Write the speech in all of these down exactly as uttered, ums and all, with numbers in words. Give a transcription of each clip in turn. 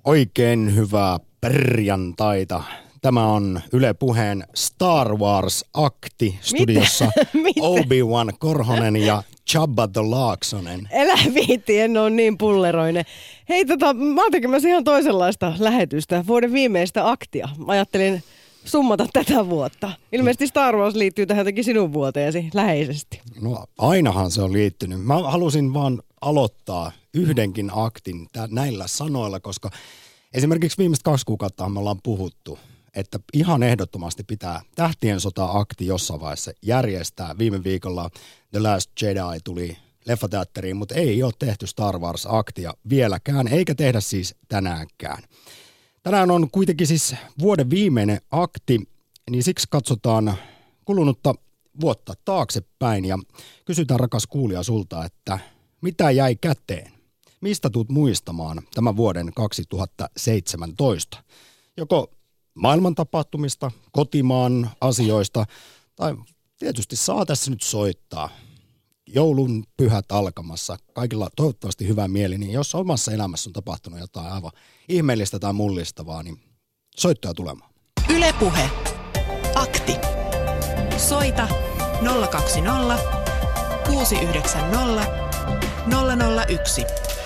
Oikein hyvää perjantaita. Tämä on Yle Puheen Star Wars-akti studiossa. Obi-Wan Korhonen ja Chubba the Laaksonen. Elä viitti, en ole niin pulleroinen. Hei, tota, mä oon tekemässä ihan toisenlaista lähetystä, vuoden viimeistä aktia. Mä ajattelin summata tätä vuotta. Ilmeisesti Star Wars liittyy tähän jotenkin sinun vuoteesi läheisesti. No ainahan se on liittynyt. Mä halusin vaan aloittaa yhdenkin aktin tä- näillä sanoilla, koska esimerkiksi viimeiset kaksi kuukautta me ollaan puhuttu, että ihan ehdottomasti pitää Tähtien sota-akti jossain vaiheessa järjestää. Viime viikolla The Last Jedi tuli leffateatteriin, mutta ei ole tehty Star Wars-aktia vieläkään, eikä tehdä siis tänäänkään. Tänään on kuitenkin siis vuoden viimeinen akti, niin siksi katsotaan kulunutta vuotta taaksepäin ja kysytään, rakas kuulija, sulta, että mitä jäi käteen? Mistä tulet muistamaan tämän vuoden kaksituhattaseitsemäntoista? Joko maailman tapahtumista, kotimaan asioista, tai tietysti saa tässä nyt soittaa. Joulun pyhät alkamassa, kaikilla toivottavasti hyvä mieli, niin jos omassa elämässä on tapahtunut jotain aivan ihmeellistä tai mullistavaa, niin soittoja tulemaan. Yle Puhe. Akti. Soita nolla kaksi nolla kuusi yhdeksän nolla nolla nolla yksi.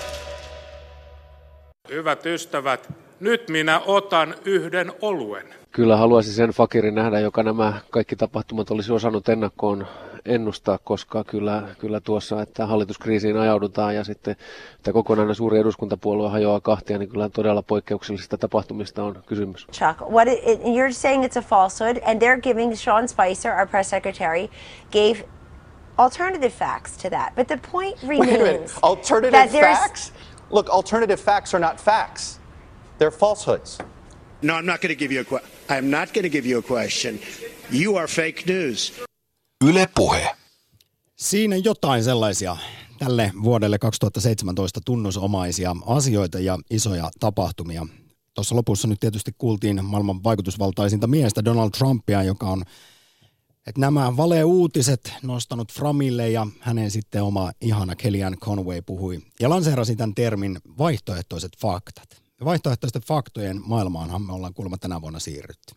Hyvät ystävät, nyt minä otan yhden oluen. Kyllä haluaisin sen fakirin nähdä, joka nämä kaikki tapahtumat olisi osannut ennakkoon ennustaa, koska kyllä, kyllä tuossa, että hallituskriisiin ajaudutaan ja sitten että kokonainen suuri eduskuntapuolue hajoaa kahtia, niin kyllä todella poikkeuksellisista tapahtumista on kysymys. Chuck, what it, it, you're saying it's a falsehood, and they're giving Sean Spicer, our press secretary, gave alternative facts to that. But the point remains. Wait a minute. Alternative facts? Look, alternative facts are not facts. They're falsehoods. No, I'm not going to give you a question. I'm not going to give you a question. You are fake news. Yle Puhe. Siinä jotain sellaisia tälle vuodelle kaksituhattaseitsemäntoista tunnusomaisia asioita ja isoja tapahtumia. Tuossa lopussa nyt tietysti kuultiin maailman vaikutusvaltaisinta miestä Donald Trumpia, joka on että nämä valeuutiset nostanut framille ja hänen sitten oma ihana Kellyanne Conway puhui ja lanseerasi tämän termin vaihtoehtoiset faktat. Ja vaihtoehtoisten faktojen maailmaanhan me ollaan kuulemma tänä vuonna siirrytty.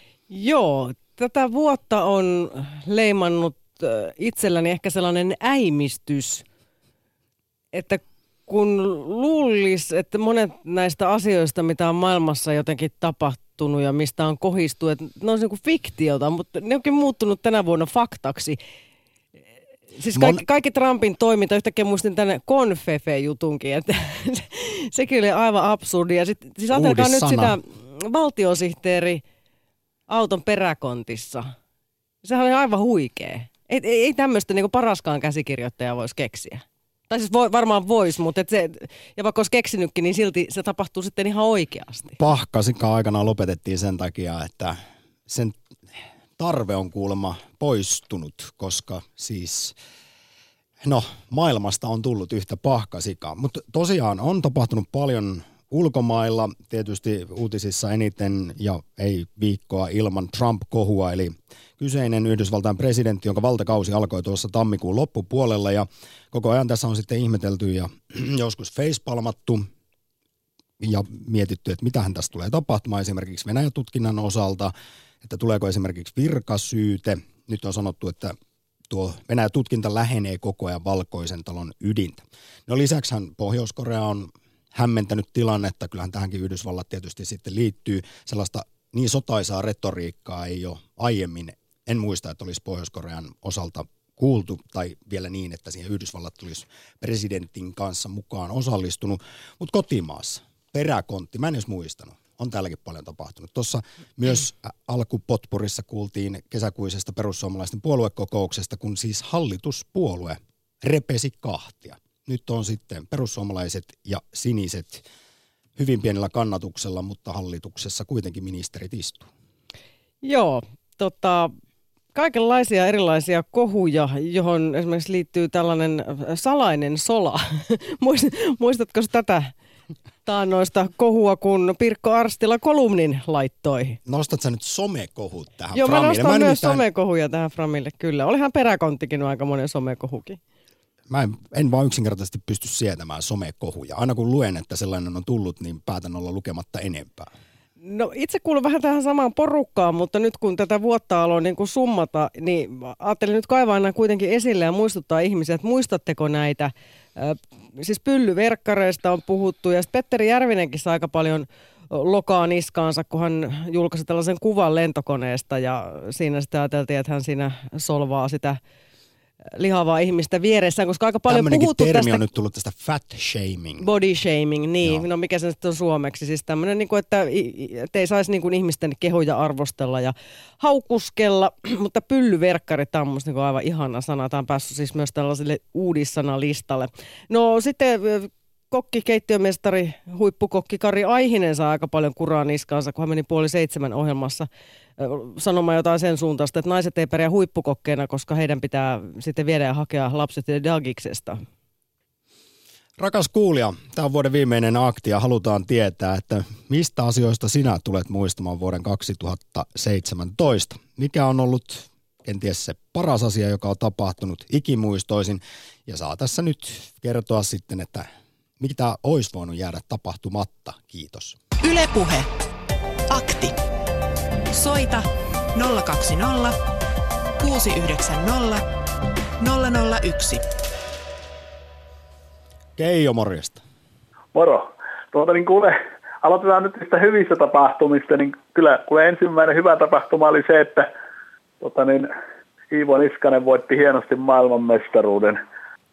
Joo, tätä vuotta on leimannut itselläni ehkä sellainen äimistys, että kun luulisi, että monet näistä asioista, mitä on maailmassa jotenkin tapahtunut ja mistä on kohistu, että ne on niin kuin fiktiota, mutta ne onkin muuttunut tänä vuonna faktaksi. Siis kaikki, kaikki Trumpin toiminta, yhtäkkiä muistin tänne Confefe-jutunkin, että sekin oli aivan absurdi. Ja sit, siis ajatelkaa nyt sitä valtiosihteeri auton peräkontissa. Sehän oli aivan huikea. Ei, ei, ei tämmöistä niin kuin paraskaan käsikirjoittaja voisi keksiä. Tai siis voi, varmaan voisi, mutta et se, ja vaikka olisi keksinytkin, niin silti se tapahtuu sitten ihan oikeasti. Pahkasikaan aikanaan lopetettiin sen takia, että sen tarve on kuulemma poistunut, koska siis, no maailmasta on tullut yhtä pahkasikaa. Mutta tosiaan on tapahtunut paljon ulkomailla, tietysti uutisissa eniten ja ei viikkoa ilman Trump-kohua, eli kyseinen Yhdysvaltain presidentti, jonka valtakausi alkoi tuossa tammikuun loppupuolella ja koko ajan tässä on sitten ihmetelty ja joskus facepalmattu ja mietitty, että mitähän tässä tulee tapahtumaan esimerkiksi Venäjä-tutkinnan osalta, että tuleeko esimerkiksi virkasyyte. Nyt on sanottu, että tuo Venäjä-tutkinta lähenee koko ajan Valkoisen talon ydintä. No lisäksihän Pohjois-Korea on hämmentänyt tilannetta, kyllähän tähänkin Yhdysvallat tietysti sitten liittyy. Sellaista niin sotaisaa retoriikkaa ei ole aiemmin, en muista, että olisi Pohjois-Korean osalta kuultu, tai vielä niin, että siihen Yhdysvallat tulisi presidentin kanssa mukaan osallistunut, mutta kotimaassa, peräkontti, mä en edes muistanut, on täälläkin paljon tapahtunut. Tuossa myös alkupotpurissa kuultiin kesäkuisesta perussuomalaisten puoluekokouksesta, kun siis hallituspuolue repesi kahtia. Nyt on sitten perussuomalaiset ja siniset hyvin pienellä kannatuksella, mutta hallituksessa kuitenkin ministerit istuu. Joo, tota, kaikenlaisia erilaisia kohuja, johon esimerkiksi liittyy tällainen salainen sola. Muistatko tätä taannoista kohua, kun Pirkko Arstila kolumnin laittoi? Nostat sä nyt somekohut tähän Joo, framille? Joo, mä nostan mä myös nimittäin... somekohuja tähän framille, kyllä. Olihan peräkonttikin aika monen somekohukin. Mä en, en vaan yksinkertaisesti pysty sietämään somekohuja. Aina kun luen, että sellainen on tullut, niin päätän olla lukematta enempää. No itse kuulun vähän tähän samaan porukkaan, mutta nyt kun tätä vuotta aloin niin kuin summata, niin ajattelin nyt kaivaa aina kuitenkin esille ja muistuttaa ihmisiä, että muistatteko näitä, äh, siis pyllyverkkareista on puhuttu ja sitten Petteri Järvinenkin saa aika paljon lokaa niskaansa, kun hän julkaisi tällaisen kuvan lentokoneesta ja siinä sitten ajateltiin, että hän siinä solvaa sitä lihavaa ihmistä vieressään, koska aika paljon tämmönenkin puhuttu termi tästä. on nyt tullut tästä fat shaming. Body shaming, niin. Joo. No mikä se nyt on suomeksi? Siis tämmöinen, niin kuin, että ei saisi niin kuin ihmisten kehoja arvostella ja haukuskella, mutta pyllyverkkari, tämä on musta niin kuin aivan ihana sana. Tämä on päässyt siis myös tällaiselle uudissanalistalle. No sitten kokki, keittiömestari, huippukokki Kari Aihinen saa aika paljon kuraa niskaansa, kun hän meni puoli seitsemän ohjelmassa sanomaan jotain sen suuntaista, että naiset ei pärjää huippukokkeena, koska heidän pitää sitten viedä ja hakea lapset Dagiksesta. Rakas kuulija, tämä on vuoden viimeinen akti ja halutaan tietää, että mistä asioista sinä tulet muistamaan vuoden kaksituhattaseitsemäntoista. Mikä on ollut kenties se paras asia, joka on tapahtunut ikimuistoisin. Ja saa tässä nyt kertoa sitten, että mitä olisi voinut jäädä tapahtumatta. Kiitos. Yle Puhe. Akti. Soita nolla kaksi nolla kuusi yhdeksän nolla nolla nolla yksi. Keijo, morjesta. Moro. Tuota, niin kuule, aloitetaan nyt niistä hyvistä tapahtumista. Niin kyllä kuule, ensimmäinen hyvä tapahtuma oli se, että tuota, niin, Iivo Niskanen voitti hienosti maailmanmestaruuden.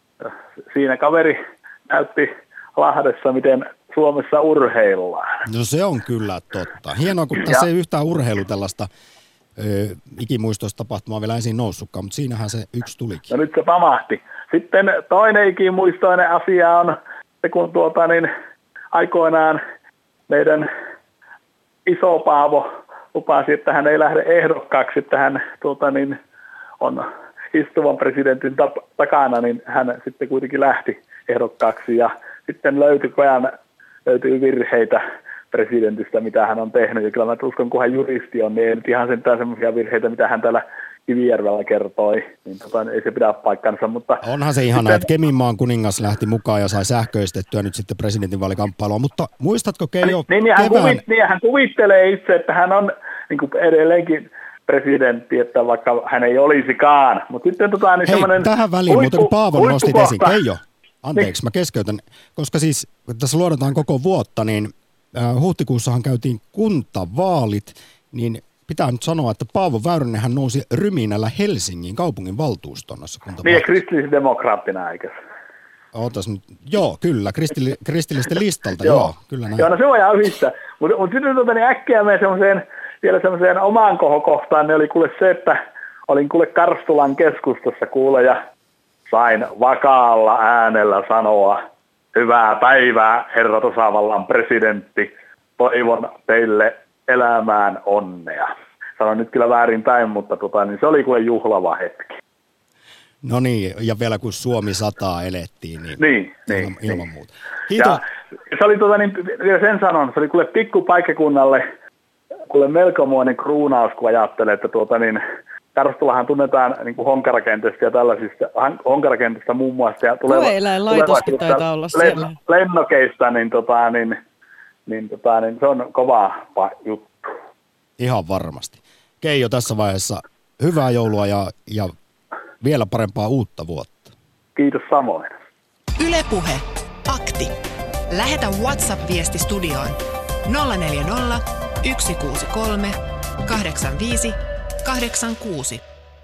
Siinä kaveri näytti Lahdessa, miten Suomessa urheillaan. No se on kyllä totta. Hienoa, kun tässä ei yhtään urheilu tällaista ö, ikimuistoista tapahtumaa vielä ensin noussutkaan, mutta siinähän se yksi tulikin. No nyt se pamahti. Sitten toinen ikimuistoinen asia on se, kun tuota, niin, aikoinaan meidän iso Paavo lupasi, että hän ei lähde ehdokkaaksi, että hän tuota, niin, on istuvan presidentin tap- takana, niin hän sitten kuitenkin lähti ehdokkaaksi ja sitten löytyi ajan löytyy virheitä presidentistä, mitä hän on tehnyt. Ja kyllä mä uskon, kun hän juristi on, niin ei nyt ihan sentään semmoisia virheitä, mitä hän täällä Kivijärvellä kertoi. Niin tota, ei se pidä paikkansa. Mutta onhan se ihanaa, että Keminmaan kuningas lähti mukaan ja sai sähköistettyä nyt sitten presidentinvaalikamppailua. Mutta muistatko Keijo niin, niin, hän kevään... kuvit, niin hän kuvittelee itse, että hän on niin kuin edelleenkin presidentti, että vaikka hän ei olisikaan. Mutta sitten tota, niin Hei, semmoinen tähän väliin huippu, muuten kun Paavon nostit esiin. Keijo, anteeksi, niin. mä keskeytän. Koska siis kun tässä luodataan koko vuotta, niin äh, huhtikuussahan käytiin kuntavaalit, niin pitää nyt sanoa, että Paavo Väyrynenhän nousi ryminällä Helsingin kaupungin valtuuston noissa kuntavaaleissa. Niin, kristillisdemokraattina, eikä? Ootas nyt, joo, kyllä, kristilli, kristillisten listalta, joo. joo, kyllä näin. Joo, no se on ihan hyvistä. Mutta mut sitten tota, niin äkkiä menen semmoiseen, vielä semmoiseen omaan kohokohtaan, niin oli kuule se, että olin kuule Karstulan keskustassa kuule ja sain vakaalla äänellä sanoa, hyvää päivää, herra tasavallan presidentti, toivon teille elämään onnea. Sanoin nyt kyllä väärinpäin, mutta tota, niin se oli kuule juhlava hetki. No niin, ja vielä kun Suomi sataa elettiin, niin, niin, ilman, niin ilman niin. muuta. Kiitos. Ja se oli tota, niin, vielä sen sanon, se oli kuule pikkupaikkakunnalle kuule melkomoinen kruunaus, kun ajattelee, että tuota niin, Karstulahan tunnetaan niin kuin honkarakenteesta ja tällaisista, honkarakenteesta muun muassa. Ja Koe-eläinlaitoskin taitaa olla siellä. Lennokeista, niin, tota, niin, niin, tota, niin se on kova juttu. Ihan varmasti. Keijo, tässä vaiheessa hyvää joulua ja, ja vielä parempaa uutta vuotta. Kiitos samoin. Yle Puhe. Akti. Lähetä WhatsApp-viesti studioon nolla neljä nolla, yksi kuusi kolme, kahdeksan viisi, kahdeksan kuusi.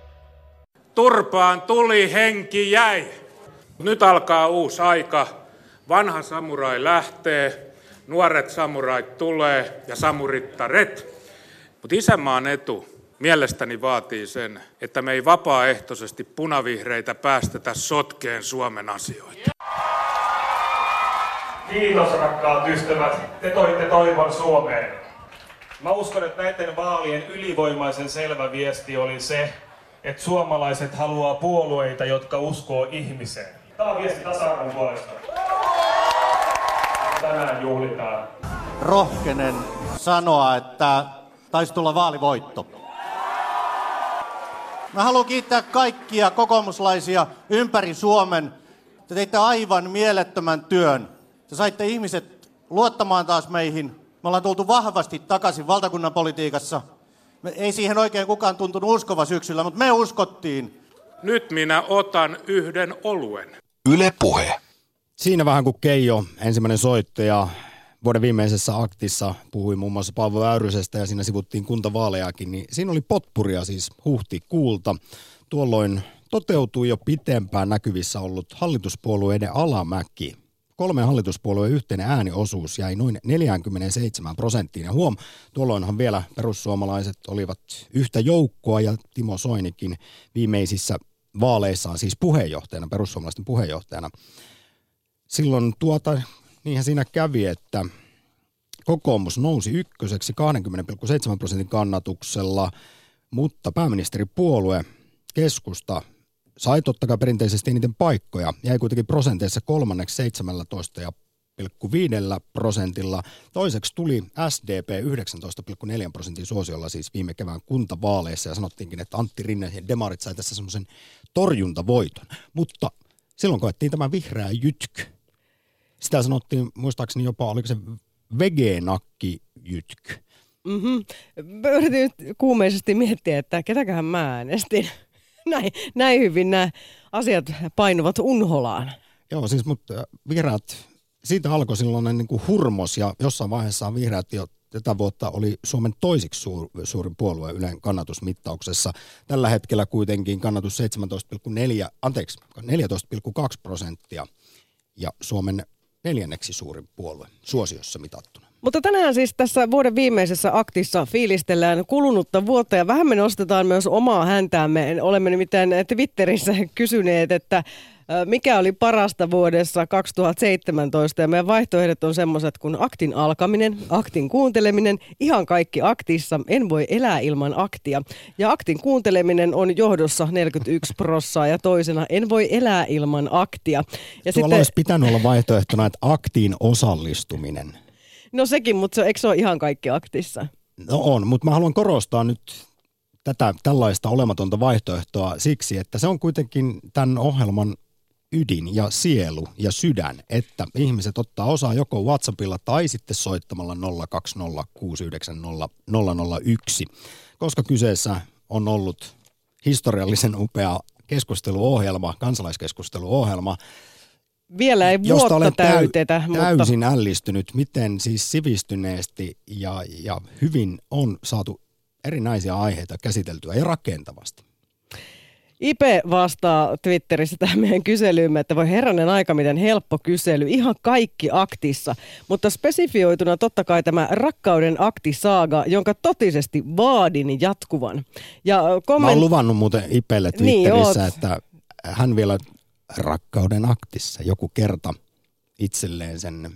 Turpaan tuli, henki jäi. Nyt alkaa uusi aika. Vanha samurai lähtee, nuoret samurait tulee ja samurittaret. Mutta isänmaan etu mielestäni vaatii sen, että me ei vapaaehtoisesti punavihreitä päästetä sotkeen Suomen asioita. Kiitos rakkaat ystävät, te toitte toivon Suomeen. Mä uskon, että näiden vaalien ylivoimaisen selvä viesti oli se, että suomalaiset haluaa puolueita, jotka uskoo ihmiseen. Tämä on viesti tasa-arvon puolesta. Tänään juhlitaan. Rohkenen sanoa, että taisi tulla vaalivoitto. Mä haluan kiittää kaikkia kokoomuslaisia ympäri Suomen, te teitte aivan mielettömän työn. Te saitte ihmiset luottamaan taas meihin. Me ollaan tultu vahvasti takaisin valtakunnan politiikassa. Me, ei siihen oikein kukaan tuntunut uskova syksyllä, mutta me uskottiin. Nyt minä otan yhden oluen. Yle Puhe. Siinä vähän kuin Keijo, ensimmäinen soittaja, vuoden viimeisessä aktissa puhui muun muassa Paavo Väyrysestä ja siinä sivuttiin kuntavaalejakin, niin siinä oli potpuria siis huhtikuulta. Tuolloin toteutui jo pitempään näkyvissä ollut hallituspuolueiden alamäki. Kolmen hallituspuolueen yhteinen ääniosuus jäi noin neljäkymmentäseitsemän prosenttiin. Ja huom, tuolloinhan vielä perussuomalaiset olivat yhtä joukkoa ja Timo Soinikin viimeisissä vaaleissaan siis puheenjohtajana, perussuomalaisten puheenjohtajana. Silloin tuota, niinhän siinä kävi, että kokoomus nousi ykköseksi kaksikymmentä pilkku seitsemän prosentin kannatuksella, mutta pääministeripuolue keskusta sai totta kai perinteisesti eniten paikkoja, jäi kuitenkin prosenteissa kolmanneksi seitsemäntoista pilkku viisi prosentilla. Toiseksi tuli S D P yhdeksäntoista pilkku neljä prosentin suosiolla siis viime kevään kuntavaaleissa ja sanottiinkin, että Antti Rinne ja demarit sai tässä semmoisen torjuntavoiton. Mutta silloin koettiin tämä vihreä jytky. Sitä sanottiin muistaakseni jopa, oliko se vegenakki-jytky. Mm-hmm. Yritin nyt kuumeisesti miettiä, että ketäköhän mä äänestin. Näin, näin hyvin nämä asiat painuvat unholaan. Joo, siis mutta vihreät, siitä alkoi silloin niin kuin hurmos ja jossain vaiheessa vihreät jo tätä vuotta oli Suomen toisiksi suur, suurin puolue Ylen kannatusmittauksessa. Tällä hetkellä kuitenkin kannatus seitsemäntoista pilkku neljä, anteeksi, neljätoista pilkku kaksi prosenttia ja Suomen neljänneksi suurin puolue suosiossa mitattuna. Mutta tänään siis tässä vuoden viimeisessä aktissa fiilistellään kulunutta vuotta ja vähän me nostetaan myös omaa häntäämme. Olemme nimittäin Twitterissä kysyneet, että mikä oli parasta vuodessa kaksituhattaseitsemäntoista ja meidän vaihtoehdot on semmoiset kuin aktin alkaminen, aktin kuunteleminen, ihan kaikki aktissa, en voi elää ilman aktia. Ja aktin kuunteleminen on johdossa neljäkymmentäyksi prosenttia ja toisena en voi elää ilman aktia. Ja Tuolla sitten olisi pitänyt olla vaihtoehtona, että aktiin osallistuminen. No sekin, mutta se, eikö se ole ihan kaikki aktissa? No on, mutta mä haluan korostaa nyt tätä tällaista olematonta vaihtoehtoa siksi, että se on kuitenkin tämän ohjelman ydin ja sielu ja sydän, että ihmiset ottaa osaa joko WhatsAppilla tai sitten soittamalla nolla kaksi nolla kuusi yhdeksän nolla nolla nolla yksi, koska kyseessä on ollut historiallisen upea keskusteluohjelma, kansalaiskeskusteluohjelma, vielä ei vuotta olen täytetä. Täy, täysin mutta ällistynyt, miten siis sivistyneesti ja, ja hyvin on saatu erinäisiä aiheita käsiteltyä ja rakentavasti. Ipe vastaa Twitterissä tähän meidän kyselyymme, että voi herranen aika, miten helppo kysely. Ihan kaikki aktissa, mutta spesifioituna totta kai tämä rakkauden aktisaaga, jonka totisesti vaadin jatkuvan. Ja komment... Mä oon luvannut muuten Ipelle Twitterissä, niin, että hän vielä rakkauden aktissa joku kerta itselleen sen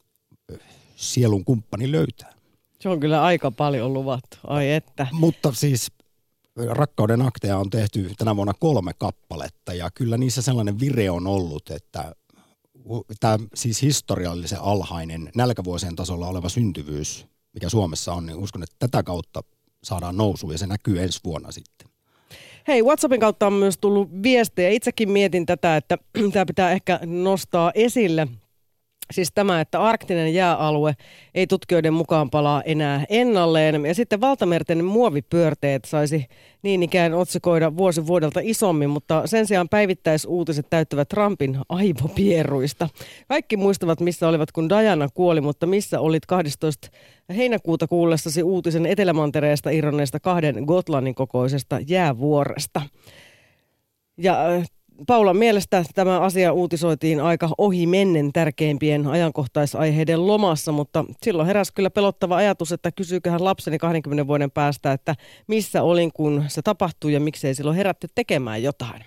sielun kumppani löytää. Se on kyllä aika paljon luvattu, ai että. Mutta siis rakkauden akteja on tehty tänä vuonna kolme kappaletta ja kyllä niissä sellainen vire on ollut, että tämä siis historiallisen alhainen nälkävuosien tasolla oleva syntyvyys, mikä Suomessa on, niin uskon, että tätä kautta saadaan nousu ja se näkyy ensi vuonna sitten. Hei, WhatsAppin kautta on myös tullut viestejä. Itsekin mietin tätä, että tämä pitää ehkä nostaa esille. Siis tämä, että arktinen jääalue ei tutkijoiden mukaan palaa enää ennalleen. Ja sitten valtamerten muovipyörteet saisi niin ikään otsikoida vuosi vuodelta isommin, mutta sen sijaan päivittäisuutiset täyttävät Trumpin aivopieruista. Kaikki muistavat, missä olivat, kun Diana kuoli, mutta missä olit kahdestoista heinäkuuta kuullessasi uutisen Etelämantereesta irronneesta kahden Gotlannin kokoisesta jäävuoresta. Ja Paulan mielestä tämä asia uutisoitiin aika ohi mennen tärkeimpien ajankohtaisaiheiden lomassa, mutta silloin heräsi kyllä pelottava ajatus, että kysyyköhän lapseni kahdenkymmenen vuoden päästä, että missä olin, kun se tapahtui ja miksei silloin herätty tekemään jotain.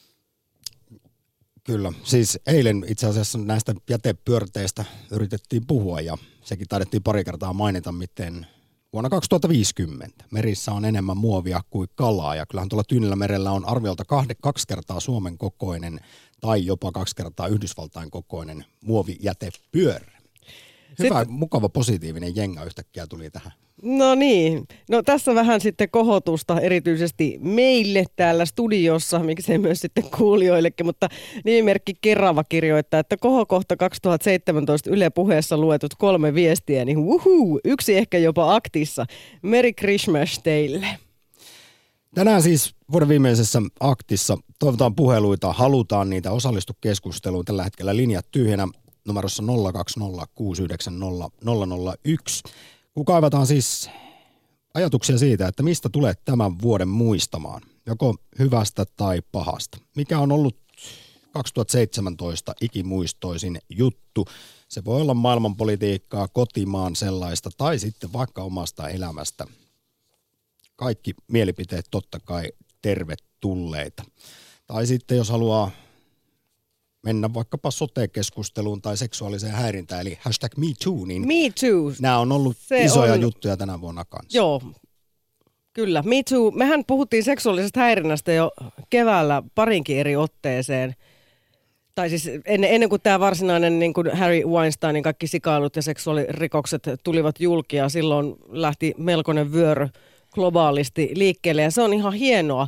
Kyllä, siis eilen itse asiassa näistä jätepyörteistä yritettiin puhua ja sekin taidettiin pari kertaa mainita, miten vuonna kaksituhattaviisikymmentä merissä on enemmän muovia kuin kalaa ja kyllähän tuolla Tyynellä merellä on arviolta kahde, kaksi kertaa Suomen kokoinen tai jopa kaksi kertaa Yhdysvaltain kokoinen muovijätepyörä. Hyvä, Sitten, mukava, positiivinen jenga yhtäkkiä tuli tähän. no niin, no tässä vähän sitten kohotusta erityisesti meille täällä studiossa, miksei myös sitten kuulijoillekin, mutta nimimerkki Kerava kirjoittaa, että kohokohta kaksituhattaseitsemäntoista Yle Puheessa luetut kolme viestiä, niin wuhuu, yksi ehkä jopa aktissa. Merry Christmas teille. Tänään siis vuoden viimeisessä aktissa toivotaan puheluita, halutaan niitä, osallistu keskusteluun. Tällä hetkellä linjat tyhjänä numerossa nolla kaksi nolla kuusi yhdeksän nolla nolla nolla yksi. Kun kaivataan siis ajatuksia siitä, että mistä tulet tämän vuoden muistamaan, joko hyvästä tai pahasta. Mikä on ollut kaksituhattaseitsemäntoista ikimuistoisin juttu. Se voi olla maailmanpolitiikkaa, kotimaan sellaista tai sitten vaikka omasta elämästä. Kaikki mielipiteet totta kai tervetulleita. Tai sitten jos haluaa mennä vaikkapa sote-keskusteluun tai seksuaaliseen häirintään, eli hashtag me too, niin Me too. nämä on ollut se isoja on juttuja tänä vuonna kanssa. Joo, kyllä. Me too. Mehän puhuttiin seksuaalisesta häirinnästä jo keväällä parinkin eri otteeseen. Tai siis ennen, ennen kuin tämä varsinainen niin kuin Harry Weinsteinin kaikki sikailut ja seksuaalirikokset tulivat julki, ja silloin lähti melkoinen vyöry globaalisti liikkeelle, ja se on ihan hienoa.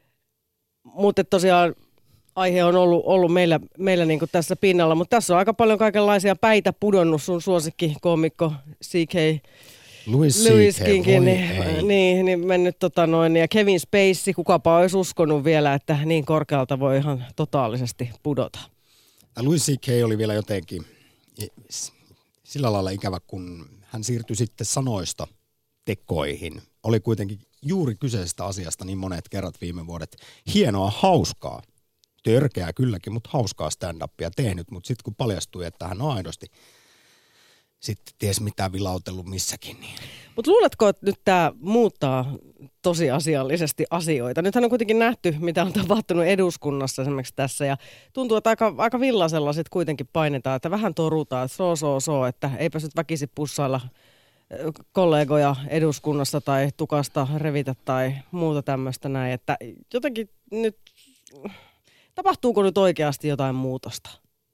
Mutta tosiaan aihe on ollut, ollut meillä, meillä niin kuin tässä pinnalla, mutta tässä on aika paljon kaikenlaisia päitä pudonnut sun suosikkikoomikko C K. Louis, Louis C K, Kingin, niin, niin, niin mennyt tota noin, ja Kevin Spacey, kukapa olisi uskonut vielä, että niin korkealta voi ihan totaalisesti pudota. Louis C K oli vielä jotenkin sillä lailla ikävä, kun hän siirtyi sitten sanoista tekoihin. Oli kuitenkin juuri kyseisestä asiasta niin monet kerrat viime vuodet. Hienoa, hauskaa, törkeää kylläkin, mutta hauskaa stand-upia tehnyt. Mutta sitten kun paljastui, että hän on aidosti sitten ties mitä vilautellut missäkin. Niin. Mutta luuletko, että nyt tämä muuttaa tosiasiallisesti asioita? Nythän on kuitenkin nähty, mitä on tapahtunut eduskunnassa esimerkiksi tässä. Ja tuntuu, että aika, aika villasella sitten kuitenkin painetaan, että vähän torutaan, että so, so, so, että eipä nyt väkisi pussailla kollegoja eduskunnassa tai tukasta revitä tai muuta tämmöistä näin. Että jotenkin nyt, tapahtuuko nyt oikeasti jotain muutosta?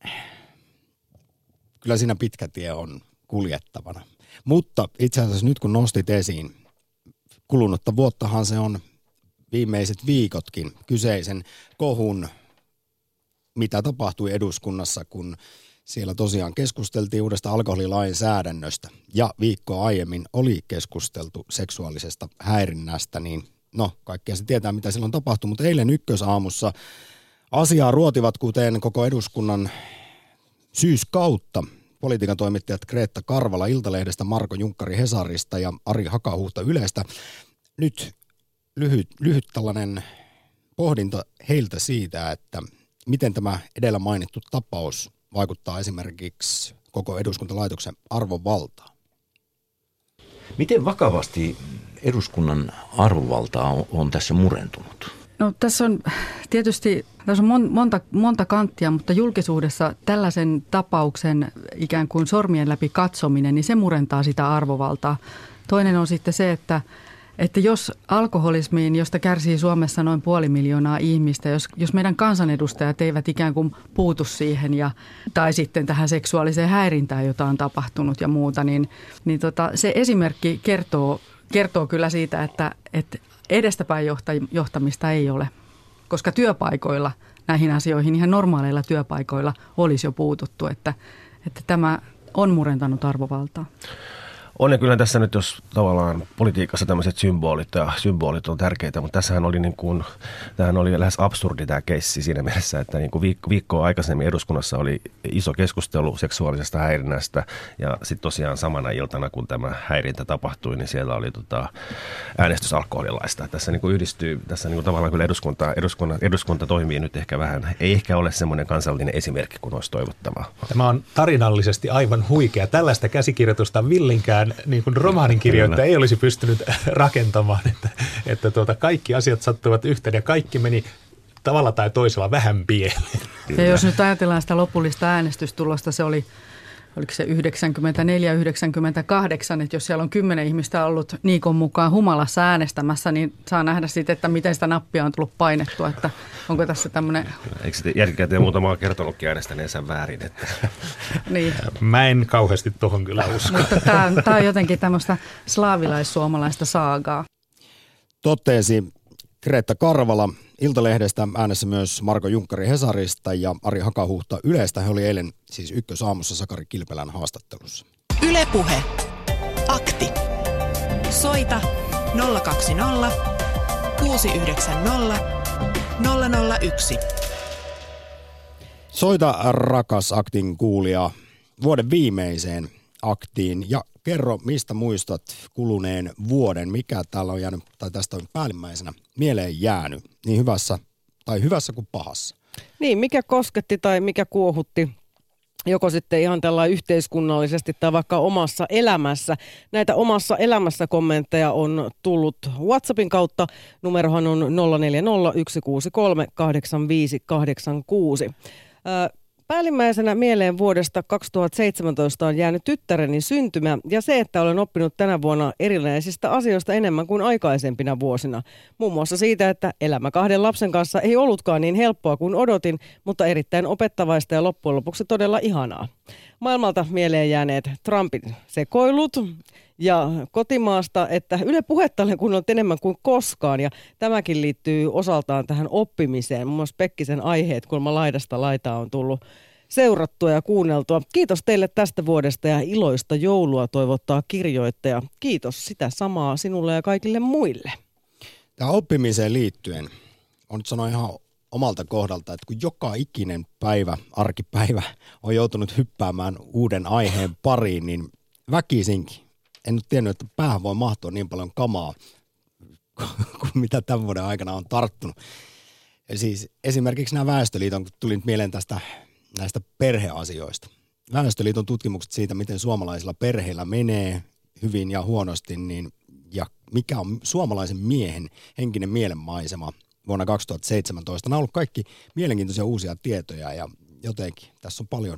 Kyllä siinä pitkä tie on kuljettavana. Mutta itse asiassa nyt kun nostit esiin, kulunutta vuottahan se on viimeiset viikotkin kyseisen kohun, mitä tapahtui eduskunnassa, kun siellä tosiaan keskusteltiin uudesta alkoholilainsäädännöstä ja viikkoa aiemmin oli keskusteltu seksuaalisesta häirinnästä, niin no kaikkea se tietää mitä silloin tapahtui, mutta eilen ykkösaamussa asiaa ruotivat kuten koko eduskunnan syyskautta politiikan toimittajat Greta Karvala Iltalehdestä, Marko Junkkari Hesarista ja Ari Hakahuhta Ylestä. Nyt lyhyt, lyhyt tällainen pohdinta heiltä siitä, että miten tämä edellä mainittu tapaus vaikuttaa esimerkiksi koko eduskuntalaitoksen arvovaltaan. Miten vakavasti eduskunnan arvovalta on, on tässä murentunut? No tässä on tietysti tässä on monta, monta kanttia, mutta julkisuudessa tällaisen tapauksen ikään kuin sormien läpi katsominen, niin se murentaa sitä arvovaltaa. Toinen on sitten se, että, että jos alkoholismiin, josta kärsii Suomessa noin puoli miljoonaa ihmistä, jos, jos meidän kansanedustajat eivät ikään kuin puutu siihen ja, tai sitten tähän seksuaaliseen häirintään, jota on tapahtunut ja muuta, niin, niin tota, se esimerkki kertoo, kertoo kyllä siitä, että, että edestäpäin johtamista ei ole, koska työpaikoilla näihin asioihin, ihan normaaleilla työpaikoilla olisi jo puututtu, että, että tämä on murentanut arvovaltaa. On ja kyllä tässä nyt, jos tavallaan politiikassa tämmöiset symbolit ja symbolit on tärkeitä, mutta tässähän oli niin kuin, tämähän oli lähes absurdi tämä keissi siinä mielessä, että niin kuin viikko, viikkoa aikaisemmin eduskunnassa oli iso keskustelu seksuaalisesta häirinnästä ja sitten tosiaan samana iltana, kun tämä häirintä tapahtui, niin siellä oli tota äänestys alkoholilaista. Tässä niin kuin yhdistyy, tässä niin kuin tavallaan kyllä eduskunta, eduskunta, eduskunta toimii nyt ehkä vähän, ei ehkä ole semmoinen kansallinen esimerkki, kun olisi toivottavaa. Tämä on tarinallisesti aivan huikea. Tällaista käsikirjoitusta Villinkään niin kuin romaanin kirjoittaja ei olisi pystynyt rakentamaan, että, että tuota, kaikki asiat sattuivat yhteen ja kaikki meni tavalla tai toisella vähän pieleen. Ja jos nyt ajatellaan sitä lopullista äänestystulosta, se oli oliko se yhdeksänkymmentäneljä yhdeksänkymmentäkahdeksan, että jos siellä on kymmenen ihmistä ollut Niikon mukaan humalassa äänestämässä, niin saa nähdä sitten, että miten sitä nappia on tullut painettua, että onko tässä tämmöinen... Eikö sitten jälkikäteen muutama on kertonutkin äänestäneensä väärin? Että... niin. Mä en kauheasti tohon kyllä usko. Mutta tämä on jotenkin tämmöistä slaavilais-suomalaista saagaa. Totesi Greta Karvala Iltalehdestä, äänessä myös Marko Junkkari Hesarista ja Ari Hakahuhta Ylestä. He oli eilen siis Ykkösaamussa Sakari Kilpelän haastattelussa. Yle Puhe. Akti. Soita nolla kaksi nolla kuusi yhdeksän nolla nolla nolla yksi. Soita rakas Aktin kuulija vuoden viimeiseen Aktiin ja kerro, mistä muistat kuluneen vuoden, mikä täällä on jäänyt, tai tästä on päällimmäisenä mieleen jäänyt, niin hyvässä tai hyvässä kuin pahassa. Niin, mikä kosketti tai mikä kuohutti, joko sitten ihan tällä yhteiskunnallisesti tai vaikka omassa elämässä. Näitä omassa elämässä kommentteja on tullut WhatsAppin kautta. Numerohan on nolla neljä nolla yksi kuusi kolme kahdeksan viisi kahdeksan kuusi. Päällimmäisenä mieleen vuodesta kaksituhattaseitsemäntoista on jäänyt tyttäreni syntymä ja se, että olen oppinut tänä vuonna erilaisista asioista enemmän kuin aikaisempina vuosina. Muun muassa siitä, että elämä kahden lapsen kanssa ei ollutkaan niin helppoa kuin odotin, mutta erittäin opettavaista ja loppujen lopuksi todella ihanaa. Maailmalta mieleen jääneet Trumpin sekoilut ja kotimaasta, että Yle Puhetta olen kuunnellut enemmän kuin koskaan ja tämäkin liittyy osaltaan tähän oppimiseen. Muun muassa Pekkisen aiheet, kun laidasta laitaa on tullut seurattua ja kuunneltua. Kiitos teille tästä vuodesta ja iloista joulua toivottaa kirjoittaja. Kiitos sitä samaa sinulle ja kaikille muille. Tähän oppimiseen liittyen on nyt sanoa ihan omalta kohdalta, että kun joka ikinen päivä, arkipäivä on joutunut hyppäämään uuden aiheen pariin, niin väkisinkin. En nyt tiennyt, että päähän voi mahtua niin paljon kamaa kuin mitä tämän vuoden aikana on tarttunut. Ja siis esimerkiksi nämä Väestöliiton, kun tuli nyt mieleen tästä näistä perheasioista. Väestöliiton tutkimukset siitä, miten suomalaisilla perheillä menee hyvin ja huonosti, niin, ja mikä on suomalaisen miehen henkinen mielenmaisema vuonna kaksituhattaseitsemäntoista. Nämä on ollut kaikki mielenkiintoisia uusia tietoja ja jotenkin tässä on paljon,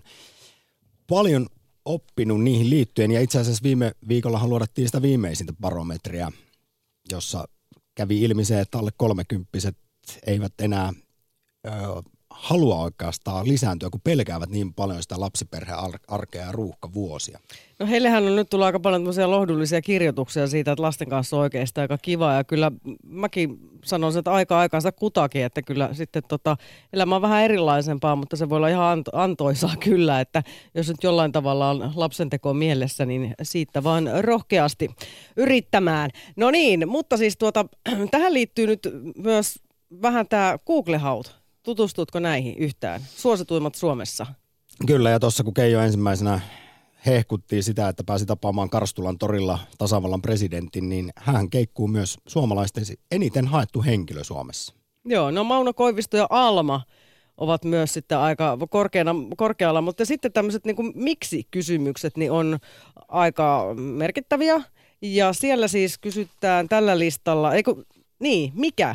paljon oppinut niihin liittyen. Ja itse asiassa viime viikollahan luodattiin sitä viimeisintä barometria, jossa kävi ilmi se, että alle kolmekymppiset eivät enää ö, halua oikeastaan lisääntyä, kun pelkäävät niin paljon sitä lapsiperhearkea ja ruuhkavuosia. No heillehän on nyt tullut aika paljon tämmöisiä lohdullisia kirjoituksia siitä, että lasten kanssa on oikeastaan aika kiva. Ja kyllä mäkin sanoisin, että aika aikansa kutakin, että kyllä sitten tota, elämä on vähän erilaisempaa, mutta se voi olla ihan antoisaa kyllä, että jos nyt jollain tavalla on lapsenteko mielessä, niin siitä vaan rohkeasti yrittämään. No niin, mutta siis tuota, tähän liittyy nyt myös vähän tämä Google-haut. Tutustutko näihin yhtään? Suosituimmat Suomessa. Kyllä, ja tuossa kun Keijo ensimmäisenä hehkuttiin sitä, että pääsi tapaamaan Karstulan torilla tasavallan presidentin, niin hän keikkuu myös suomalaisten eniten haettu henkilö Suomessa. Joo, no Mauno Koivisto ja Alma ovat myös sitten aika korkeana, korkealla, mutta sitten tämmöiset niin kuin miksi-kysymykset niin on aika merkittäviä. Ja siellä siis kysytään tällä listalla, eikö, niin, mikä?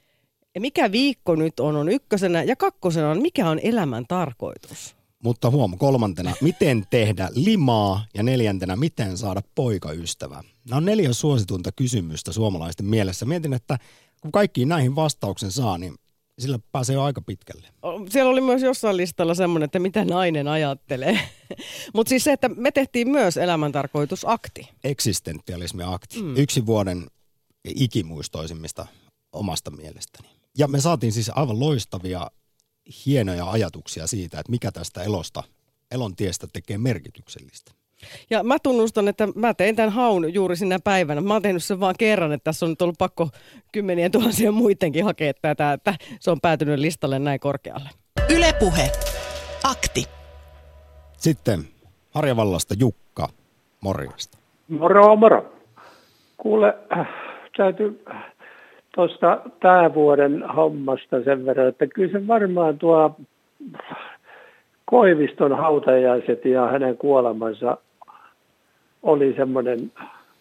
Mikä viikko nyt on, on ykkösenä ja kakkosena on, mikä on elämän tarkoitus? Mutta huom, kolmantena, miten tehdä limaa ja neljäntenä, miten saada poikaystävä? Nämä on neljä suositunta kysymystä suomalaisten mielessä. Mietin, että kun kaikkiin näihin vastauksen saa, niin sillä pääsee jo aika pitkälle. Siellä oli myös jossain listalla semmoinen, että mitä nainen ajattelee. Mutta siis se, että me tehtiin myös elämäntarkoitusakti. Eksistentialismi-akti. Mm. Yksi vuoden ikimuistoisimmista omasta mielestäni. Ja me saatiin siis aivan loistavia, hienoja ajatuksia siitä, että mikä tästä elosta, elon tiestä tekee merkityksellistä. Ja mä tunnustan, että mä tein tämän haun juuri sinä päivänä. Mä oon tehnyt sen vaan kerran, että tässä on nyt ollut pakko kymmenien tuhansien muidenkin hakea tätä, että se on päätynyt listalle näin korkealle. Yle Puhe. Akti. Sitten Harjavallasta Jukka, morjesta. Moro, moro. Kuule, äh, täytyy tuosta tämän vuoden hommasta sen verran, että kyllä se varmaan tuo Koiviston hautajaiset ja hänen kuolemansa oli semmoinen,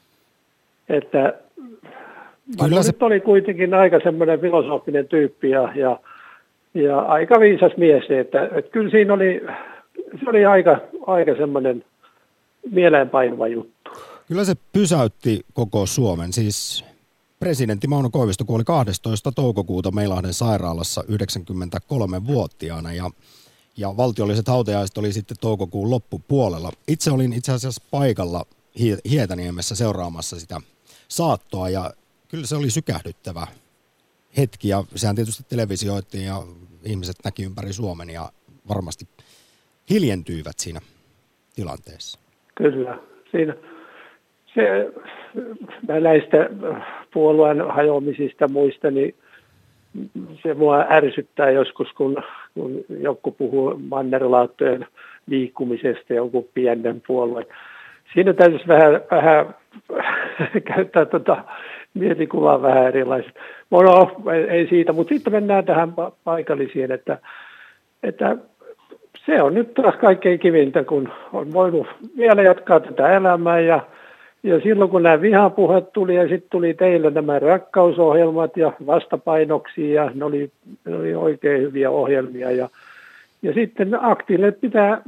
että kyllä se oli kuitenkin aika semmoinen filosofinen tyyppi ja, ja, ja aika viisas mies, että, että kyllä siinä oli se oli aika, aika semmoinen mieleenpainuva juttu. Kyllä se pysäytti koko Suomen. Siis presidentti Mauno Koivisto kuoli kahdestoista toukokuuta Meilahden sairaalassa yhdeksänkymmentäkolmevuotiaana ja, ja valtiolliset hautajaiset oli sitten toukokuun loppupuolella. Itse olin itse asiassa paikalla Hietaniemessä seuraamassa sitä saattoa ja kyllä se oli sykähdyttävä hetki ja sehän tietysti televisioitiin ja ihmiset näki ympäri Suomen ja varmasti hiljentyivät siinä tilanteessa. Kyllä. Siinä, se, mä näistä puolueen hajoamisista muista, niin se mua ärsyttää joskus, kun, kun joku puhuu mannerlaattojen liikkumisesta jonkun pienen puolueen. Siinä täytyisi vähän, vähän käyttää tuota mielikuvaa vähän erilaisesti. No, ei siitä, mutta sitten mennään tähän paikallisiin, että, että se on nyt taas kaikkein kivintä, kun on voinut vielä jatkaa tätä elämää ja, ja silloin kun nämä vihapuheet tuli ja sitten tuli teille nämä rakkausohjelmat ja vastapainoksia ja ne oli, ne oli oikein hyviä ohjelmia ja, ja sitten Aktille pitää,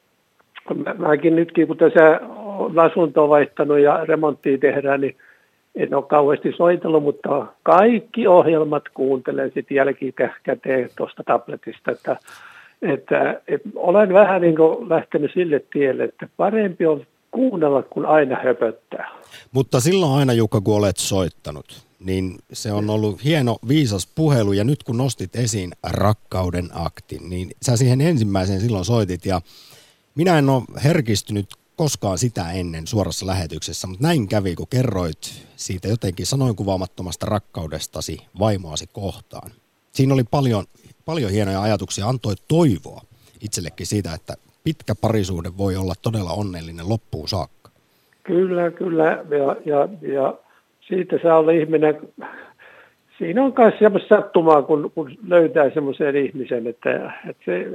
mäkin nytkin kun tässä on asuntoa vaihtanut ja remonttia tehdään, niin en ole kauheasti soitellut, mutta kaikki ohjelmat kuuntelen sitten jälkikäteen tuosta tabletista, että Että, että olen vähän niin kuin lähtenyt sille tielle, että parempi on kuunnella kuin aina höpöttää. Mutta silloin aina, Jukka, kun olet soittanut, niin se on ollut hieno, viisas puhelu. Ja nyt kun nostit esiin rakkauden aktin, niin sä siihen ensimmäiseen silloin soitit. Ja minä en ole herkistynyt koskaan sitä ennen suorassa lähetyksessä, mutta näin kävi, kun kerroit siitä jotenkin sanoin kuvaamattomasta rakkaudestasi vaimoasi kohtaan. Siinä oli paljon... Paljon hienoja ajatuksia, antoi toivoa itsellekin siitä, että pitkä parisuhde voi olla todella onnellinen loppuun saakka. Kyllä, kyllä. Ja, ja, ja siitä saa olla ihminen, siinä on myös semmoista sattumaa, kun, kun löytää semmoisen ihmisen, että, että se,